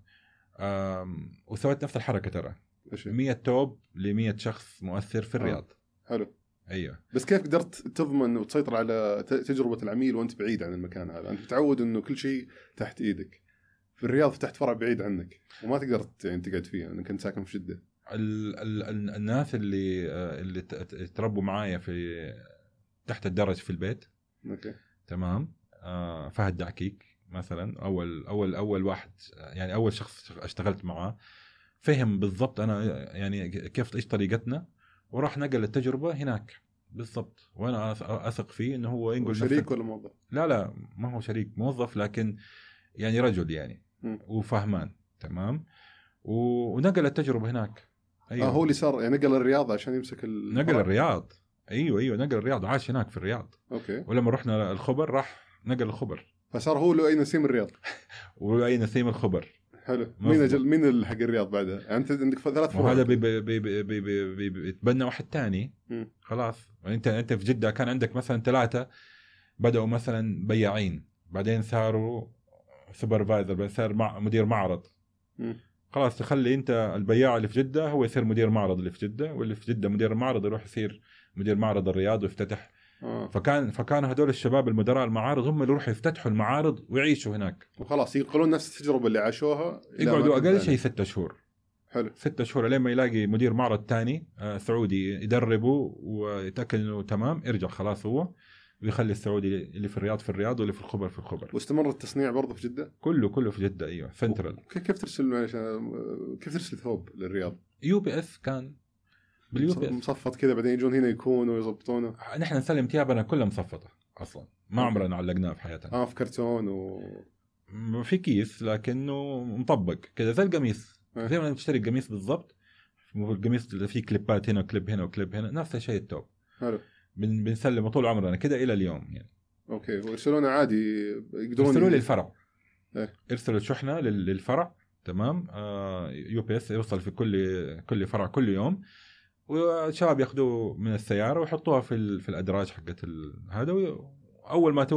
وسويت نفس الحركه. ترى 100 توب ل100 شخص مؤثر في الرياض. حلو. ايوه. بس كيف قدرت تضمن وتسيطر على تجربه العميل وانت بعيد عن المكان هذا؟ انت متعود انه كل شيء تحت ايدك. في الرياض فتحت فرع بعيد عنك وما تقدر يعني تقعد فيه. انا كنت ساكن في جده. الناس اللي تربوا معايا في تحت الدرج في البيت. اوكي. تمام. فهد دعكيك مثلا اول واحد، يعني اول شخص اشتغلت معاه، فهم بالضبط انا يعني كيف ايش طريقتنا، وراح نقل التجربه هناك بالضبط. وانا اثق فيه انه هو ينقل. شريك ولا موظف؟ لا ما هو شريك، موظف، لكن يعني رجل يعني وفهمان. تمام. ونقل التجربه هناك. أيوة. هو اللي صار يعني نقل الرياض عشان يمسك نقل الرياض. ايوه نقل الرياض، عاش هناك في الرياض. اوكي. ولما رحنا الخبر راح نقل الخبر، فصار هو له اي نسيم الرياض. واي نسيم الخبر. حلو. مين اللي حق الرياض بعدها؟ يعني انت عندك 3 فروع. وهذا بيتبنى واحد تاني. خلاص. انت في جده كان عندك مثلا 3 بدأوا مثلا بياعين، بعدين صاروا سوبرفايزر، بعدين صار مدير معرض. خلاص تخلي انت البياع اللي في جده هو يصير مدير معرض اللي في جده، واللي في جده مدير المعرض يروح يصير مدير معرض الرياض ويفتتح. فكان هدول الشباب المدراء المعارض هم اللي يروحوا يفتتحوا المعارض ويعيشوا هناك، وخلاص ينقلون نفس التجربه اللي عاشوها. يقعدوا اقل شيء 6 شهور. حلو. 6 شهور لين ما يلاقي مدير معرض تاني سعودي يدربه ويتاكد انه تمام، يرجع خلاص هو، ويخلي السعودي اللي في الرياض واللي في الخبر في الخبر. واستمر التصنيع برضه في جده؟ كله في جده. ايوه سنترال. كيف ترسل ثوب للرياض؟ UPS كان باليو بي اس مصفط كذا، بعدين يجون هنا يكونوا ويضبطونه. نحن نسلم ثيابنا كلها مصفطه اصلا، ما عمرنا علقناها في حياتنا. في كرتون في كيس لكنه مطبق كذا زي القميص. زي ما نشتري القميص بالضبط، القميص اللي فيه كليبات هنا وكليب هنا وكليب هنا، نفس الشيء التوب. حلو. بنسلمه طول عمرنا كذا الى اليوم يعني. اوكي. ويرسلونه عادي، يقدرون يرسلوا للفرع. إيه؟ يرسلوا الشحنه للفرع. تمام. UPS يوصل في كل فرع كل يوم، والشباب ياخذوه من السياره ويحطوها في الادراج حقت هذا. اول ما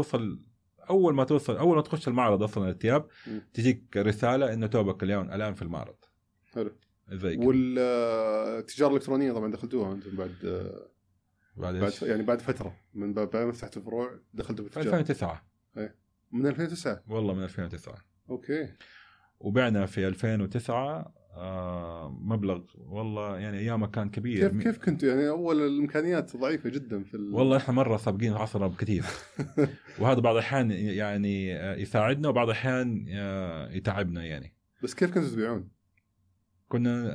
تخش المعرض اصلا الثياب تجيك رساله انه توبك الان في المعرض. حلو. زي والتجاره الالكترونيه طبعا دخلتوها انتم بعد فتره من بعد ما فتحتوا الفروع دخلتوا في 2009. من 2009 والله من 2009. اوكي. وبعنا في 2009 مبلغ والله يعني ايامها كان كبير. كيف كنتوا يعني اول الامكانيات ضعيفه جدا في والله احنا مره سابقين عصرنا بكثير. وهذا بعض الاحيان يعني يساعدنا وبعض الاحيان يتعبنا يعني. بس كيف كنتوا تبيعون؟ كنا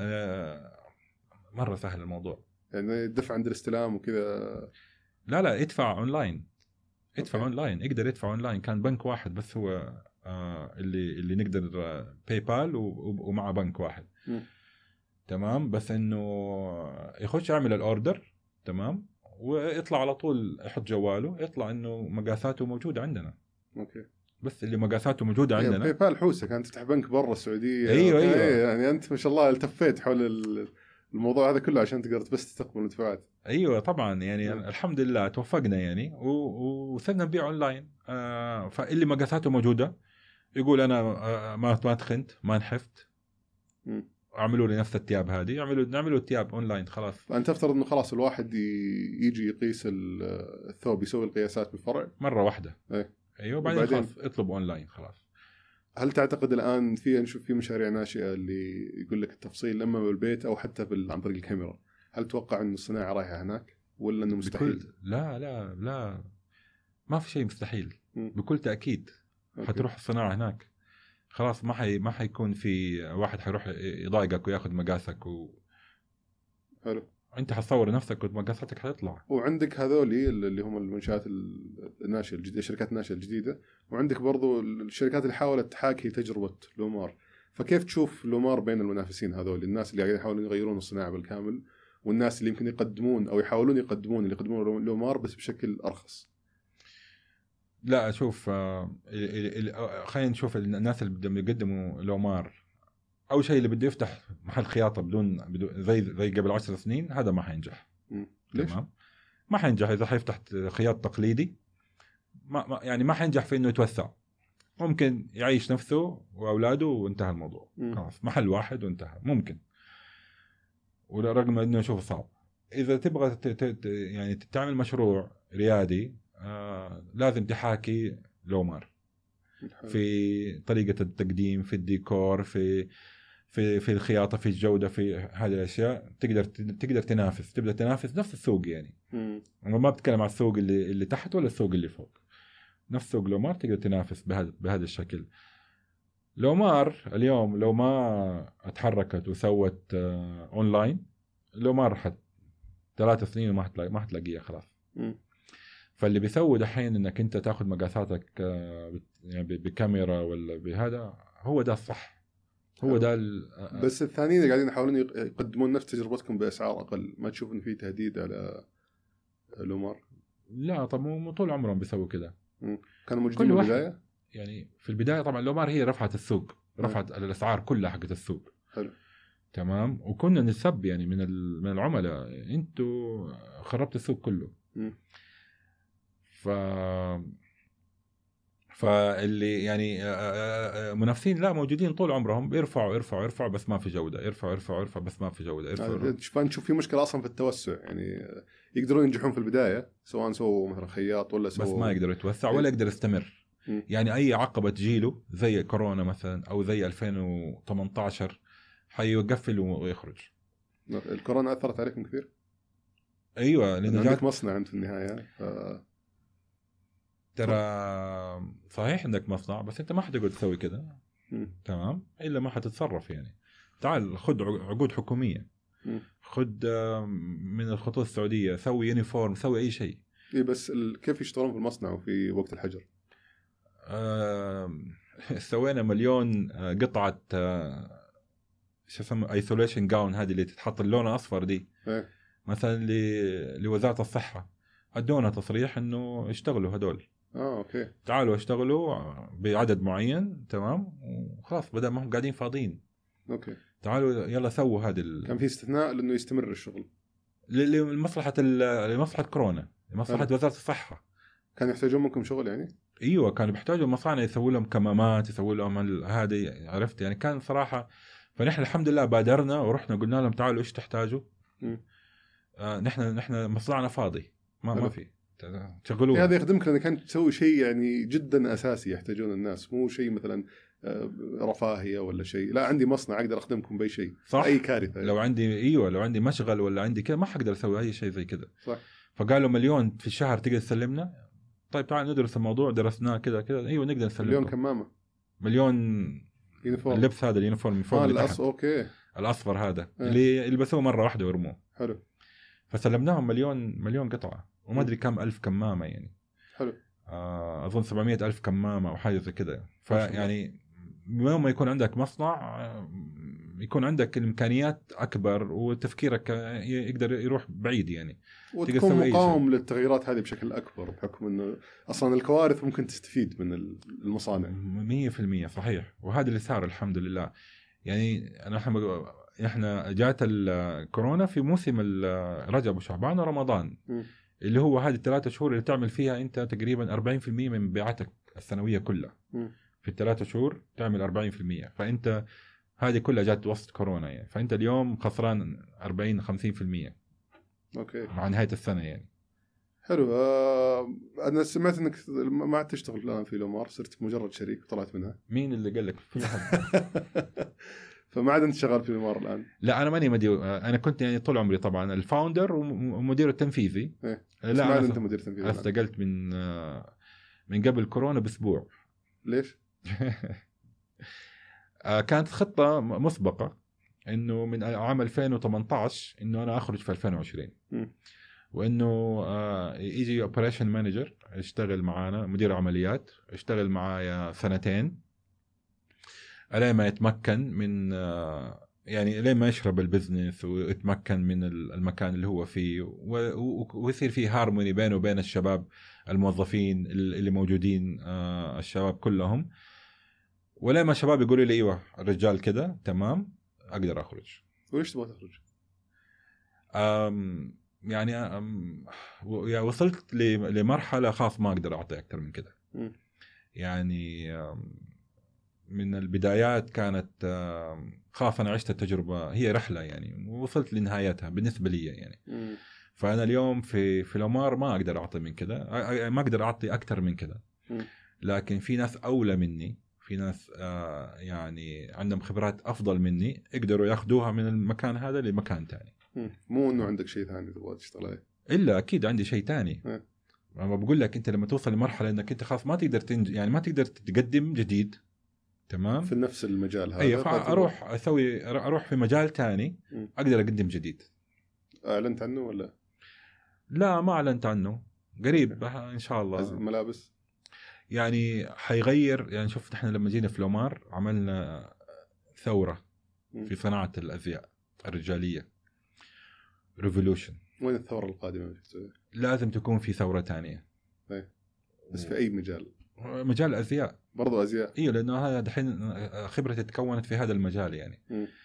مره سهل الموضوع. يعني الدفع عند الاستلام وكذا؟ لا ادفع اونلاين. ادفع أوكي. اونلاين، اقدر يدفع اونلاين. كان بنك واحد بس هو اللي نقدر باي بال ومع بنك واحد. تمام. بس انه يخش يعمل الاوردر تمام ويطلع على طول، يحط جواله يطلع انه مقاساته موجوده عندنا. اوكي. بس اللي مقاساته موجوده عندنا. باي بال حوسه كانت تفتح بنك برا السعوديه. ايوه يعني انت ما شاء الله التفيت حول الموضوع هذا كله عشان تقدر بس تستقبل مدفوعات. ايوه طبعا يعني الحمد لله توفقنا يعني وصرنا نبيع اونلاين. فاللي مقاساته موجوده يقول انا ما تخنت ما نحفت، اعملوا لي نفس الثياب هذه، نعملوا الثياب اونلاين خلاص. فانت تفترض انه خلاص الواحد يجي يقيس الثوب، يسوي القياسات بالفرع مره واحده. ايوه بعدين خلاص اطلب اونلاين خلاص. هل تعتقد الان نشوف في مشاريع ناشئه اللي يقول لك التفصيل اما بالبيت او حتى عن طريق الكاميرا؟ هل تتوقع ان الصناعه رايحه هناك ولا انه مستحيل؟ لا ما في شيء مستحيل. بكل تاكيد حتروح الصناعه هناك. خلاص ما حيكون في واحد حيروح يضايقك وياخذ مقاسك حلو. انت حتصور نفسك ومقاساتك حتطلع. وعندك هذول اللي هم المنشآت الناشئه الجديده، شركات الناشئه الجديده، وعندك برضو الشركات اللي حاولت تحاكي تجربه لومار. فكيف تشوف لومار بين المنافسين هذول، الناس اللي قاعدين يحاولون يغيرون الصناعه بالكامل، والناس اللي يمكن يقدمون او يحاولون يقدمون لومار بس بشكل ارخص؟ لا شوف خلينا نشوف الناس اللي بدهم يقدموا لومار. اول شيء اللي بده يفتح محل خياطه بدون زي قبل 10 سنين، هذا ما حينجح. ليش؟ تمام. ما حينجح اذا حيفتح خياط تقليدي. يعني ما حينجح في انه يتوسع. ممكن يعيش نفسه واولاده وانتهى الموضوع. خلاص محل واحد وانتهى ممكن. ورغم انه شوف صعب. اذا تبغى يعني تعمل مشروع ريادي لازم تحاكي لومار في طريقة التقديم، في الديكور، في الخياطة، في الجودة، في هذه الأشياء. تقدر تنافس، تبدأ تنافس نفس السوق يعني. أنا ما بتكلم على السوق اللي تحت ولا السوق اللي فوق. نفس سوق لومار تقدر تنافس بهذا الشكل. لومار اليوم لو ما اتحركت وسوت أونلاين، لومار 3 سنين ما حتلاقيها خلاص. فاللي بيسوي دحين انك انت تاخذ مقاساتك يعني بكاميرا ولا بهذا، هو ده الصح. هو ده بس الثانيين اللي قاعدين يحاولون يقدمون نفس تجربتكم باسعار اقل، ما تشوف ان في تهديد على لومار؟ لا طب مو طول عمرهم بيسووا كده. كانوا موجودين في البدايه. يعني في البدايه طبعا لومار هي رفعت السوق، رفعت الاسعار كلها حقت السوق. حلو. تمام. وكنا نسب يعني من العملاء، انتوا خربت السوق كله. فاللي يعني منافسين لا موجودين طول عمرهم، يرفعوا بس ما في جودة، يرفعوا بس ما في جودة. فنشوف في مشكلة أصلا في التوسع. يعني يقدرون ينجحون في البداية سواء سووا مثلا خياط ولا بس ما يقدر يتوسع ولا يقدر يستمر. يعني أي عقبة تجيله زي كورونا مثلا أو زي 2018 حيقفل ويخرج. الكورونا أثرت عليكم كثير؟ أيوة لأن عندك مصنع أنت في النهاية ترى صحيح عندك مصنع بس انت ما حتقعد تسوي كده. تمام. الا ما حتتصرف يعني. تعال خد عقود حكوميه، خد من الخطوط السعوديه، سوي يونيفورم، سوي اي شيء. اي بس كيف يشتغلون في المصنع وفي وقت الحجر؟ سوينا 1,000,000 قطعه شو اسمه ايسوليشن جاون، هذه اللي تتحط اللون الاصفر دي. مثلا لوزاره الصحه ادونا تصريح انه يشتغلوا هدول. اوكي. تعالوا اشتغلوا بعدد معين. تمام. وخلاص بدل ما هم قاعدين فاضيين. اوكي. تعالوا يلا سووا هذا كان في استثناء لانه يستمر الشغل لمصلحه كورونا، لمصلحه وزاره الصحه. كانوا يحتاجون منكم شغل يعني؟ ايوه كانوا بيحتاجوا مصانع يسووا لهم كمامات، يسووا لهم هذه، عرفت يعني. كان صراحه فنحن الحمد لله بادرنا ورحنا قلنا لهم تعالوا ايش تحتاجوا. نحن مصنعنا فاضي ما في تشغلوه. هذا يخدمك لأنك كنت تسوي شيء يعني جدا أساسي يحتاجون الناس، مو شيء مثلا رفاهيه ولا شيء، لا عندي مصنع اقدر اخدمكم باي شيء. صح. اي كارثه لو عندي لو عندي مشغل ولا عندي كذا ما حقدر اسوي اي شيء زي كذا. صح. فقالوا 1,000,000 في الشهر تقدر تسلمنا. طيب تعال ندرس الموضوع، درسناه كذا كذا، ايوه نقدر نسلمكم. 1,000,000 كمامه، 1,000,000 يونيفورم. اللبس هذا اليونيفورم من فوق لتحت. اوكي. الاصفر هذا اللي يلبسوه مره واحده ويرموه. حلو. فسلمناهم مليون قطعه وما ادري كم الف كمامه يعني. حلو. اظن 700,000 كمامه او حاجه زي كذا. فيعني يوم ما يكون عندك مصنع يكون عندك الامكانيات اكبر وتفكيرك يقدر يروح بعيد يعني، وتكون مقاوم للتغييرات هذه بشكل اكبر، بحكم انه اصلا الكوارث ممكن تستفيد من المصانع. 100% صحيح. وهذا اللي صار الحمد لله. يعني احنا جات الكورونا في موسم رجب وشعبان ورمضان، اللي هو هذه ال3 شهور اللي تعمل فيها انت تقريبا 40% من مبيعاتك السنويه كلها. في ال3 شهور تعمل 40%. فانت هذه كلها جات وسط كورونا يعني. فانت اليوم خسران 40-50%. اوكي. مع نهايه السنه يعني. حلو. انا سمعت انك ما عاد تشتغل الان في لومار، صرت مجرد شريك وطلعت منها. مين اللي قال لك؟ في حد. فما عاد انت شغال في لومار الان؟ لا انا ماني مدير. انا كنت يعني طول عمري طبعا الفاوندر ومدير التنفيذي. إيه؟ لا ما انت مدير تنفيذي. انا استقلت من قبل كورونا باسبوع. ليش؟ كانت خطه مسبقه انه من عام 2018 انه انا اخرج في 2020. وانه يجي اوبريشن مانجر يشتغل معانا، مدير عمليات يشتغل معايا 2 لين ما يتمكن من يعني لين ما يشرب البزنس ويتمكن من المكان اللي هو فيه، ويصير فيه هارموني بينه وبين الشباب الموظفين اللي موجودين، الشباب كلهم. ولين ما الشباب يقولوا لي ايوه الرجال كده تمام اقدر اخرج. وليش تبغى تخرج؟ يعني وصلت لمرحله خاص ما اقدر اعطي اكثر من كده. يعني من البدايات كانت خاصة أنا عشت التجربة، هي رحلة يعني ووصلت لنهايتها بالنسبة لي يعني. فأنا اليوم في لومار ما أقدر أعطي من كده، ما أقدر أعطي أكثر من كده. لكن في ناس أولى مني، في ناس يعني عندهم خبرات أفضل مني يقدروا يأخذوها من المكان هذا لمكان تاني. مو إنه عندك شيء ثاني تبغى تشتغل عليه. إلا أكيد عندي شيء تاني. ما بقول لك أنت لما توصل لمرحلة إنك أنت خلاص ما تقدر يعني ما تقدر تقدم جديد تمام في نفس المجال هذا. اي اروح في مجال تاني اقدر اقدم جديد. اعلنت عنه ولا لا؟ ما اعلنت عنه، قريب ان شاء الله. ملابس يعني حيغير يعني. شوف احنا لما جينا في لومار عملنا ثورة في صناعة الازياء الرجالية، ريفولوشن. وين الثورة القادمة؟ لازم تكون في ثورة تانية. بس في اي مجال؟ مجال الازياء برضو ازياء. ايوه لانه هذا دحين خبرتي تكونت في هذا المجال يعني.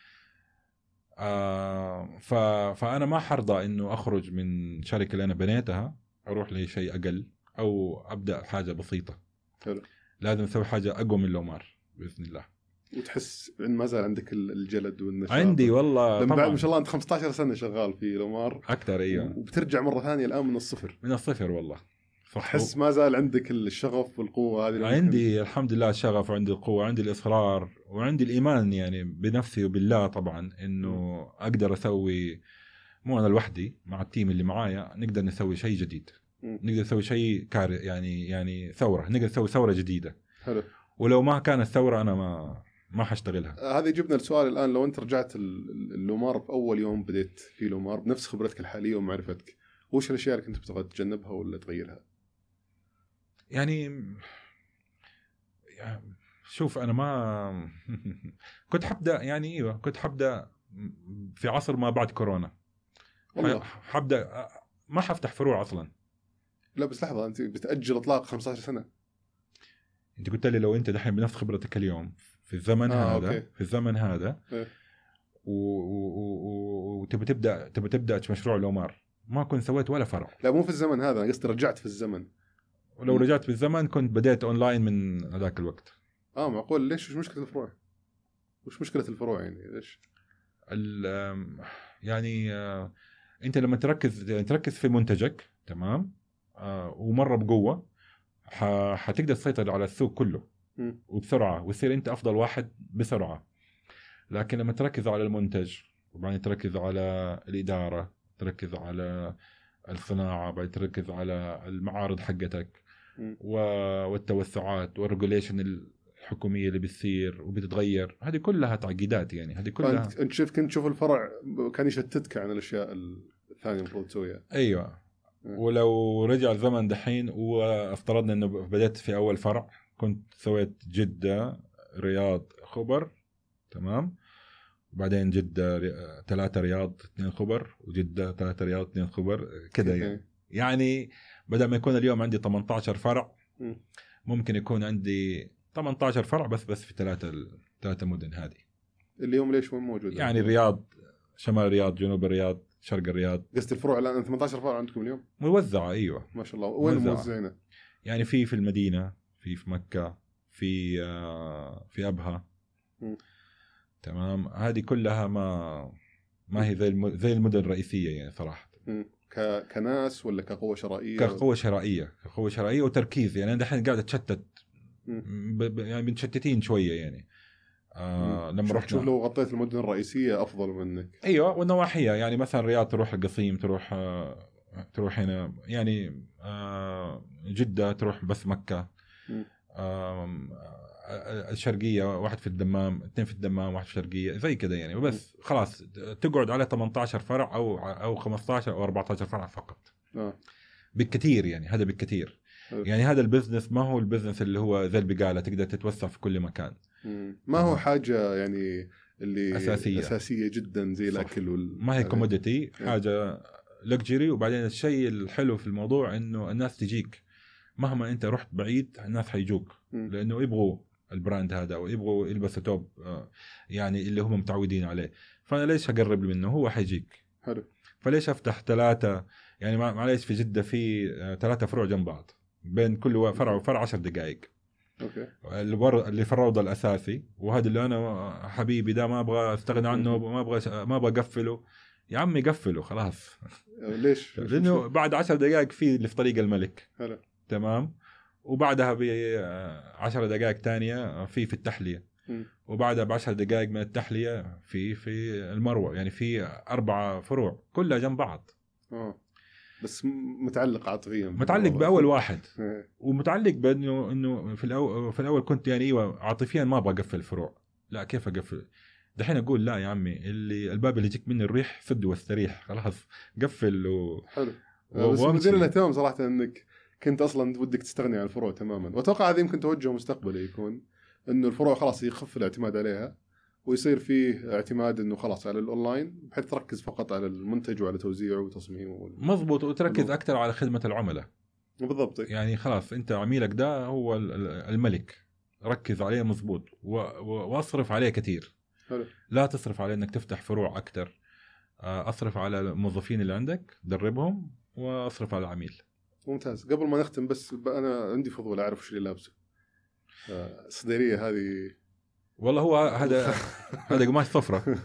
فانا ما حرضى انه اخرج من شركه اللي انا بنيتها اروح لشيء اقل او ابدا حاجه بسيطه. حلو. لازم اسوي حاجه اقوى من لومار باذن الله. وتحس ان ما زال عندك الجلد والنشاط؟ عندي والله طبعا. بعد ما شاء الله انت 15 سنه شغال في لومار اكثر. ايوه. وبترجع مره ثانيه الان من الصفر والله. تحس ما زال عندك الشغف والقوه هذه؟ عندي الحمد لله الشغف وعندي القوه وعندي الاصرار وعندي الايمان يعني بنفسي وبالله طبعا انه اقدر اسوي. مو انا لوحدي، مع التيم اللي معايا نقدر نسوي شيء جديد. نقدر نسوي شيء يعني ثوره، نقدر نسوي ثوره جديده. حلو. ولو ما كانت ثوره انا ما حاشتغلها. هذا يجيبنا السؤال الان، لو انت رجعت اللومار في اول يوم بديت في لومار بنفس خبرتك الحاليه ومعرفتك، وش الاشياء اللي كنت بتبغى تتجنبها ولا تغيرها؟ يعني شوف انا ما كنت حبدا يعني ايوه كنت حبدا في عصر ما بعد كورونا. حبدا ما حفتح فروع اصلا. لا بس لحظه، انت بتاجل اطلاق 15 سنه. انت قلت لي لو انت دحين بنفس خبرتك اليوم في الزمن هذا أوكي. في الزمن هذا وتبي تبدا مشروع لومار، ما كنت سويت ولا فرع. لا مو في الزمن هذا، انا قصدي رجعت في الزمن. ولو رجعت في الزمن كنت بديت اونلاين من هذاك الوقت. معقول. ليش؟ وش مشكله الفروع؟ وش مشكله الفروع يعني؟ ليش يعني انت لما تركز في منتجك تمام ومره بقوه حتقدر تسيطر على السوق كله. وبسرعه، ويصير انت افضل واحد بسرعه. لكن لما تركز على المنتج، وبعدين تركز على الاداره، تركز على الصناعه، بعدين تركز على المعارض حقتك والتوسعات والريجوليشن الحكوميه اللي بتصير وبتتغير، هذه كلها تعقيدات يعني. هذه كلها انت كنت تشوف الفرع كان يشتتك عن الاشياء الثانيه المفروض تسويها. ايوه. ولو رجع الزمن دحين وافترضنا انه بدأت في اول فرع، كنت سويت جدة، رياض، خبر، تمام، وبعدين جدة 3 رياض 2 خبر، وجدة 3 رياض 2 خبر كده يعني. يعني بدل ما يكون اليوم عندي 18 فرع، ممكن يكون عندي 18 فرع بس في 3 مدن هذه. اليوم ليش وين موجود؟ يعني الرياض، شمال الرياض، جنوب الرياض، شرق الرياض. قصد الفروع الان 18 فرع عندكم اليوم موزعة. ايوه ما شاء الله. وين موزعينه؟ يعني في المدينة، في مكة، في أبها. تمام. هذه كلها ما هي زي المدن الرئيسية يعني صراحة. كناس ولا كقوة شرائية؟ كقوة شرائية وتركيز. يعني أنا دحين قاعد أتشتت، يعني بنشتتين شوية يعني. لما رحت شوف لو غطيت المدن الرئيسية أفضل منك. أيوة، والنواحية يعني مثلا رياض تروح القصيم، تروح هنا يعني جدة تروح بس مكة. الشرقية 1 في الدمام، 2 في الدمام، 1 في الشرقية، زي كده يعني. وبس خلاص تقعد على 18 فرع أو 15 أو 14 فرع فقط. بالكثير يعني. هذا بالكثير يعني. هذا البزنس ما هو البزنس اللي هو زي البقالة تقدر تتوسع في كل مكان. ما هو حاجة يعني اللي أساسية جدا زي الأكل ما هي كوموديتي، حاجة لكجري. وبعدين الشيء الحلو في الموضوع إنه الناس تجيك مهما أنت رحت بعيد، الناس حيجوك لأنه يبغوا البراند هذا ويبغوا يلبسوا توب يعني اللي هم متعودين عليه. فأنا ليش أقرب منه؟ هو حيجيك. حلو. فليش أفتح 3 يعني؟ معليش في جدة في 3 فروع جنب بعض، بين كل فرع وفرع 10 دقائق. اوكي. اللي في الروضة الأساسي، وهذا اللي أنا حبيبي ده ما أبغى أستغنى عنه، ما أبغى أقفله. يا عمي قفله خلاص. ليش؟ لأنه بعد 10 دقائق في اللي في طريق الملك. حلو. تمام. وبعدها ب10 دقائق تانية في التحلية. وبعدها ب10 دقائق من التحلية في المروة. يعني في 4 فروع كلها جنب بعض. بس متعلق عاطفيا، متعلق بأول واحد. ومتعلق بأنه في الأول كنت يعني أيوة عاطفيا ما أبغى أقفل الفروع. لا، كيف أقفل؟ دحين أقول لا يا عمي، الباب اللي يجيك منه الريح سد واستريح، خلاص قفل. حلو. بس مثير الاهتمام صراحة أنك كنت أصلا ودك تستغني عن الفروع تماما. وأتوقع هذا يمكن توجه مستقبلي يكون إنه الفروع خلاص يخف الاعتماد عليها، ويصير فيه اعتماد إنه خلاص على الأونلاين، بحيث تركز فقط على المنتج وعلى توزيعه وتصميمه. مضبوط. وتركز أكثر على خدمة العملاء. بالضبط. يعني خلاص أنت عميلك ده هو الملك، ركز عليه مضبوط وأصرف عليه كتير. حلو. لا تصرف عليه إنك تفتح فروع أكتر. أصرف على الموظفين اللي عندك، دربهم، وأصرف على العميل. ممتاز. قبل ما نختم بس أنا عندي فضول أعرف وش اللي لابسه. الصدرية هذه والله هو هذا قماش صفرة.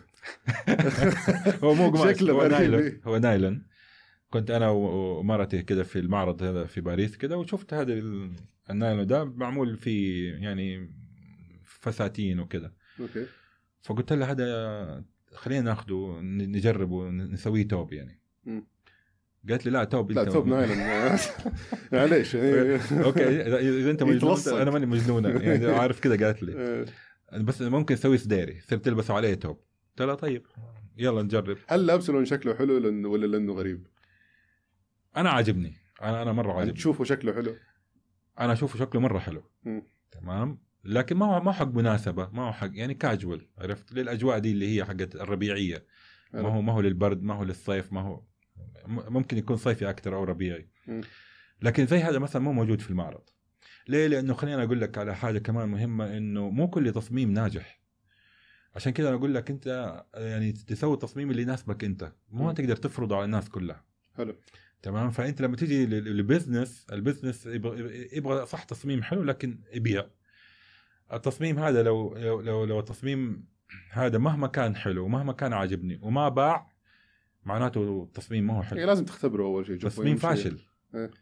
هو مو قماش، هو نايلون. كنت أنا ومرتي كده في المعرض هذا في باريس كده، وشفت هذا النايلون ده معمول فيه يعني فساتين وكده. أوكي. فقلت له هذا خلينا ناخده نجربه نسويه توب يعني. قالت لي لا توب. لا توب نايلون. معليش. اوكي اذا انت مجنون انا ماني مجنونه يعني، عارف كده. قالت لي بس ممكن نسوي سداري، صرت تلبسه عليه توب. قلت لها طيب يلا نجرب. هل لابسه لون شكله حلو ولا لانه غريب؟ انا عاجبني. انا مره عاجبني. تشوفه شكله حلو؟ انا اشوفه شكله مره حلو. تمام. لكن ما هو حق مناسبه، ما هو حق يعني كاجوال، عرفت، للاجواء دي اللي هي حقت الربيعيه. ما هو للبرد، ما هو للصيف، ما هو ممكن يكون صيفي اكثر او ربيعي. لكن زي هذا مثلا مو موجود في المعرض. ليه؟ لانه خلينا اقول لك على حاجه كمان مهمه، انه مو كل تصميم ناجح. عشان كده انا اقول لك انت يعني تسوي التصميم اللي يناسبك انت، مو تقدر تفرضه على الناس كلها. حلو. تمام. فانت لما تيجي للبزنس، البزنس يبغى صح تصميم حلو لكن يبيع. التصميم هذا لو التصميم هذا مهما كان حلو ومهما كان عاجبني وما باع، معناته التصميم ما هو حلو. لازم تختبره اول شيء. تصميم فاشل.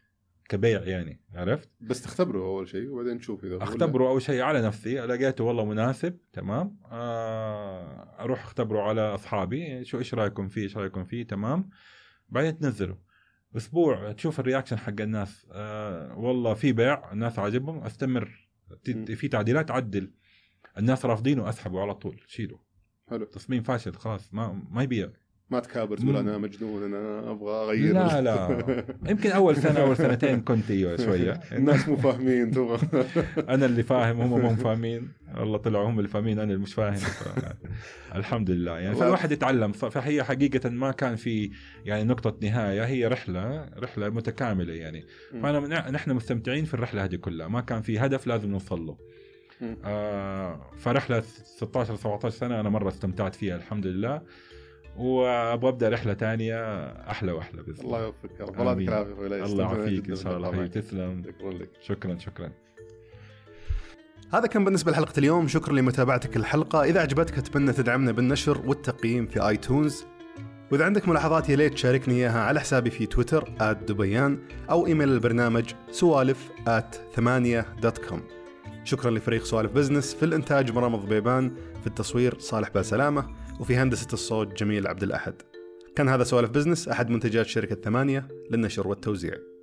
كبيع يعني، عرفت؟ بس تختبره اول شيء وبعدين تشوف اذا اختبره اول شيء على نفسي، لقيته والله مناسب تمام، اروح اختبره على اصحابي، شو ايش رايكم فيه، ايش رايكم فيه، تمام. بعدين تنزله اسبوع تشوف الرياكشن حق الناس، والله في بيع، الناس عاجبهم، استمر، في تعديلات عدل، الناس رافضينه اسحبه على طول، شيله. حلو. تصميم فاشل خلاص ما يبيع. ما تكابر تقول انا مجنون انا ابغى اغير. لا يمكن اول سنه اول سنتين كنت ايوه شويه الناس مو فاهمين انا اللي فاهم هم مو فاهمين، والله طلعوا هم اللي فاهمين انا اللي مش فاهم. الحمد لله يعني، فالواحد يتعلم. فهي حقيقه ما كان في يعني نقطه نهايه، هي رحله متكامله يعني. فانا نحن مستمتعين في الرحله هذه كلها، ما كان في هدف لازم نوصل له. فرحله 16 17 سنه انا مره استمتعت فيها الحمد لله، وابغى ابدا رحله تانية احلى واحلى باذن الله. الله يوفقك يا رب. الله يعطيك العافيه. الله يعافيك ان شاء الله حبيبي. تسلم. شكرا لك. شكرا. هذا كان بالنسبه لحلقه اليوم. شكرا لمتابعتك الحلقه. اذا عجبتك اتمنى تدعمنا بالنشر والتقييم في ايتونز، واذا عندك ملاحظات يا ليت تشاركني اياها على حسابي في تويتر @دبيان او ايميل البرنامج سوالف@8.com. شكرا لفريق سوالف بزنس، في الانتاج مرام الضبيبان، في التصوير صالح باسلامه، وفي هندسة الصوت جميل عبد الأحد. كان هذا سوالف بزنس، أحد منتجات شركة 8 للنشر والتوزيع.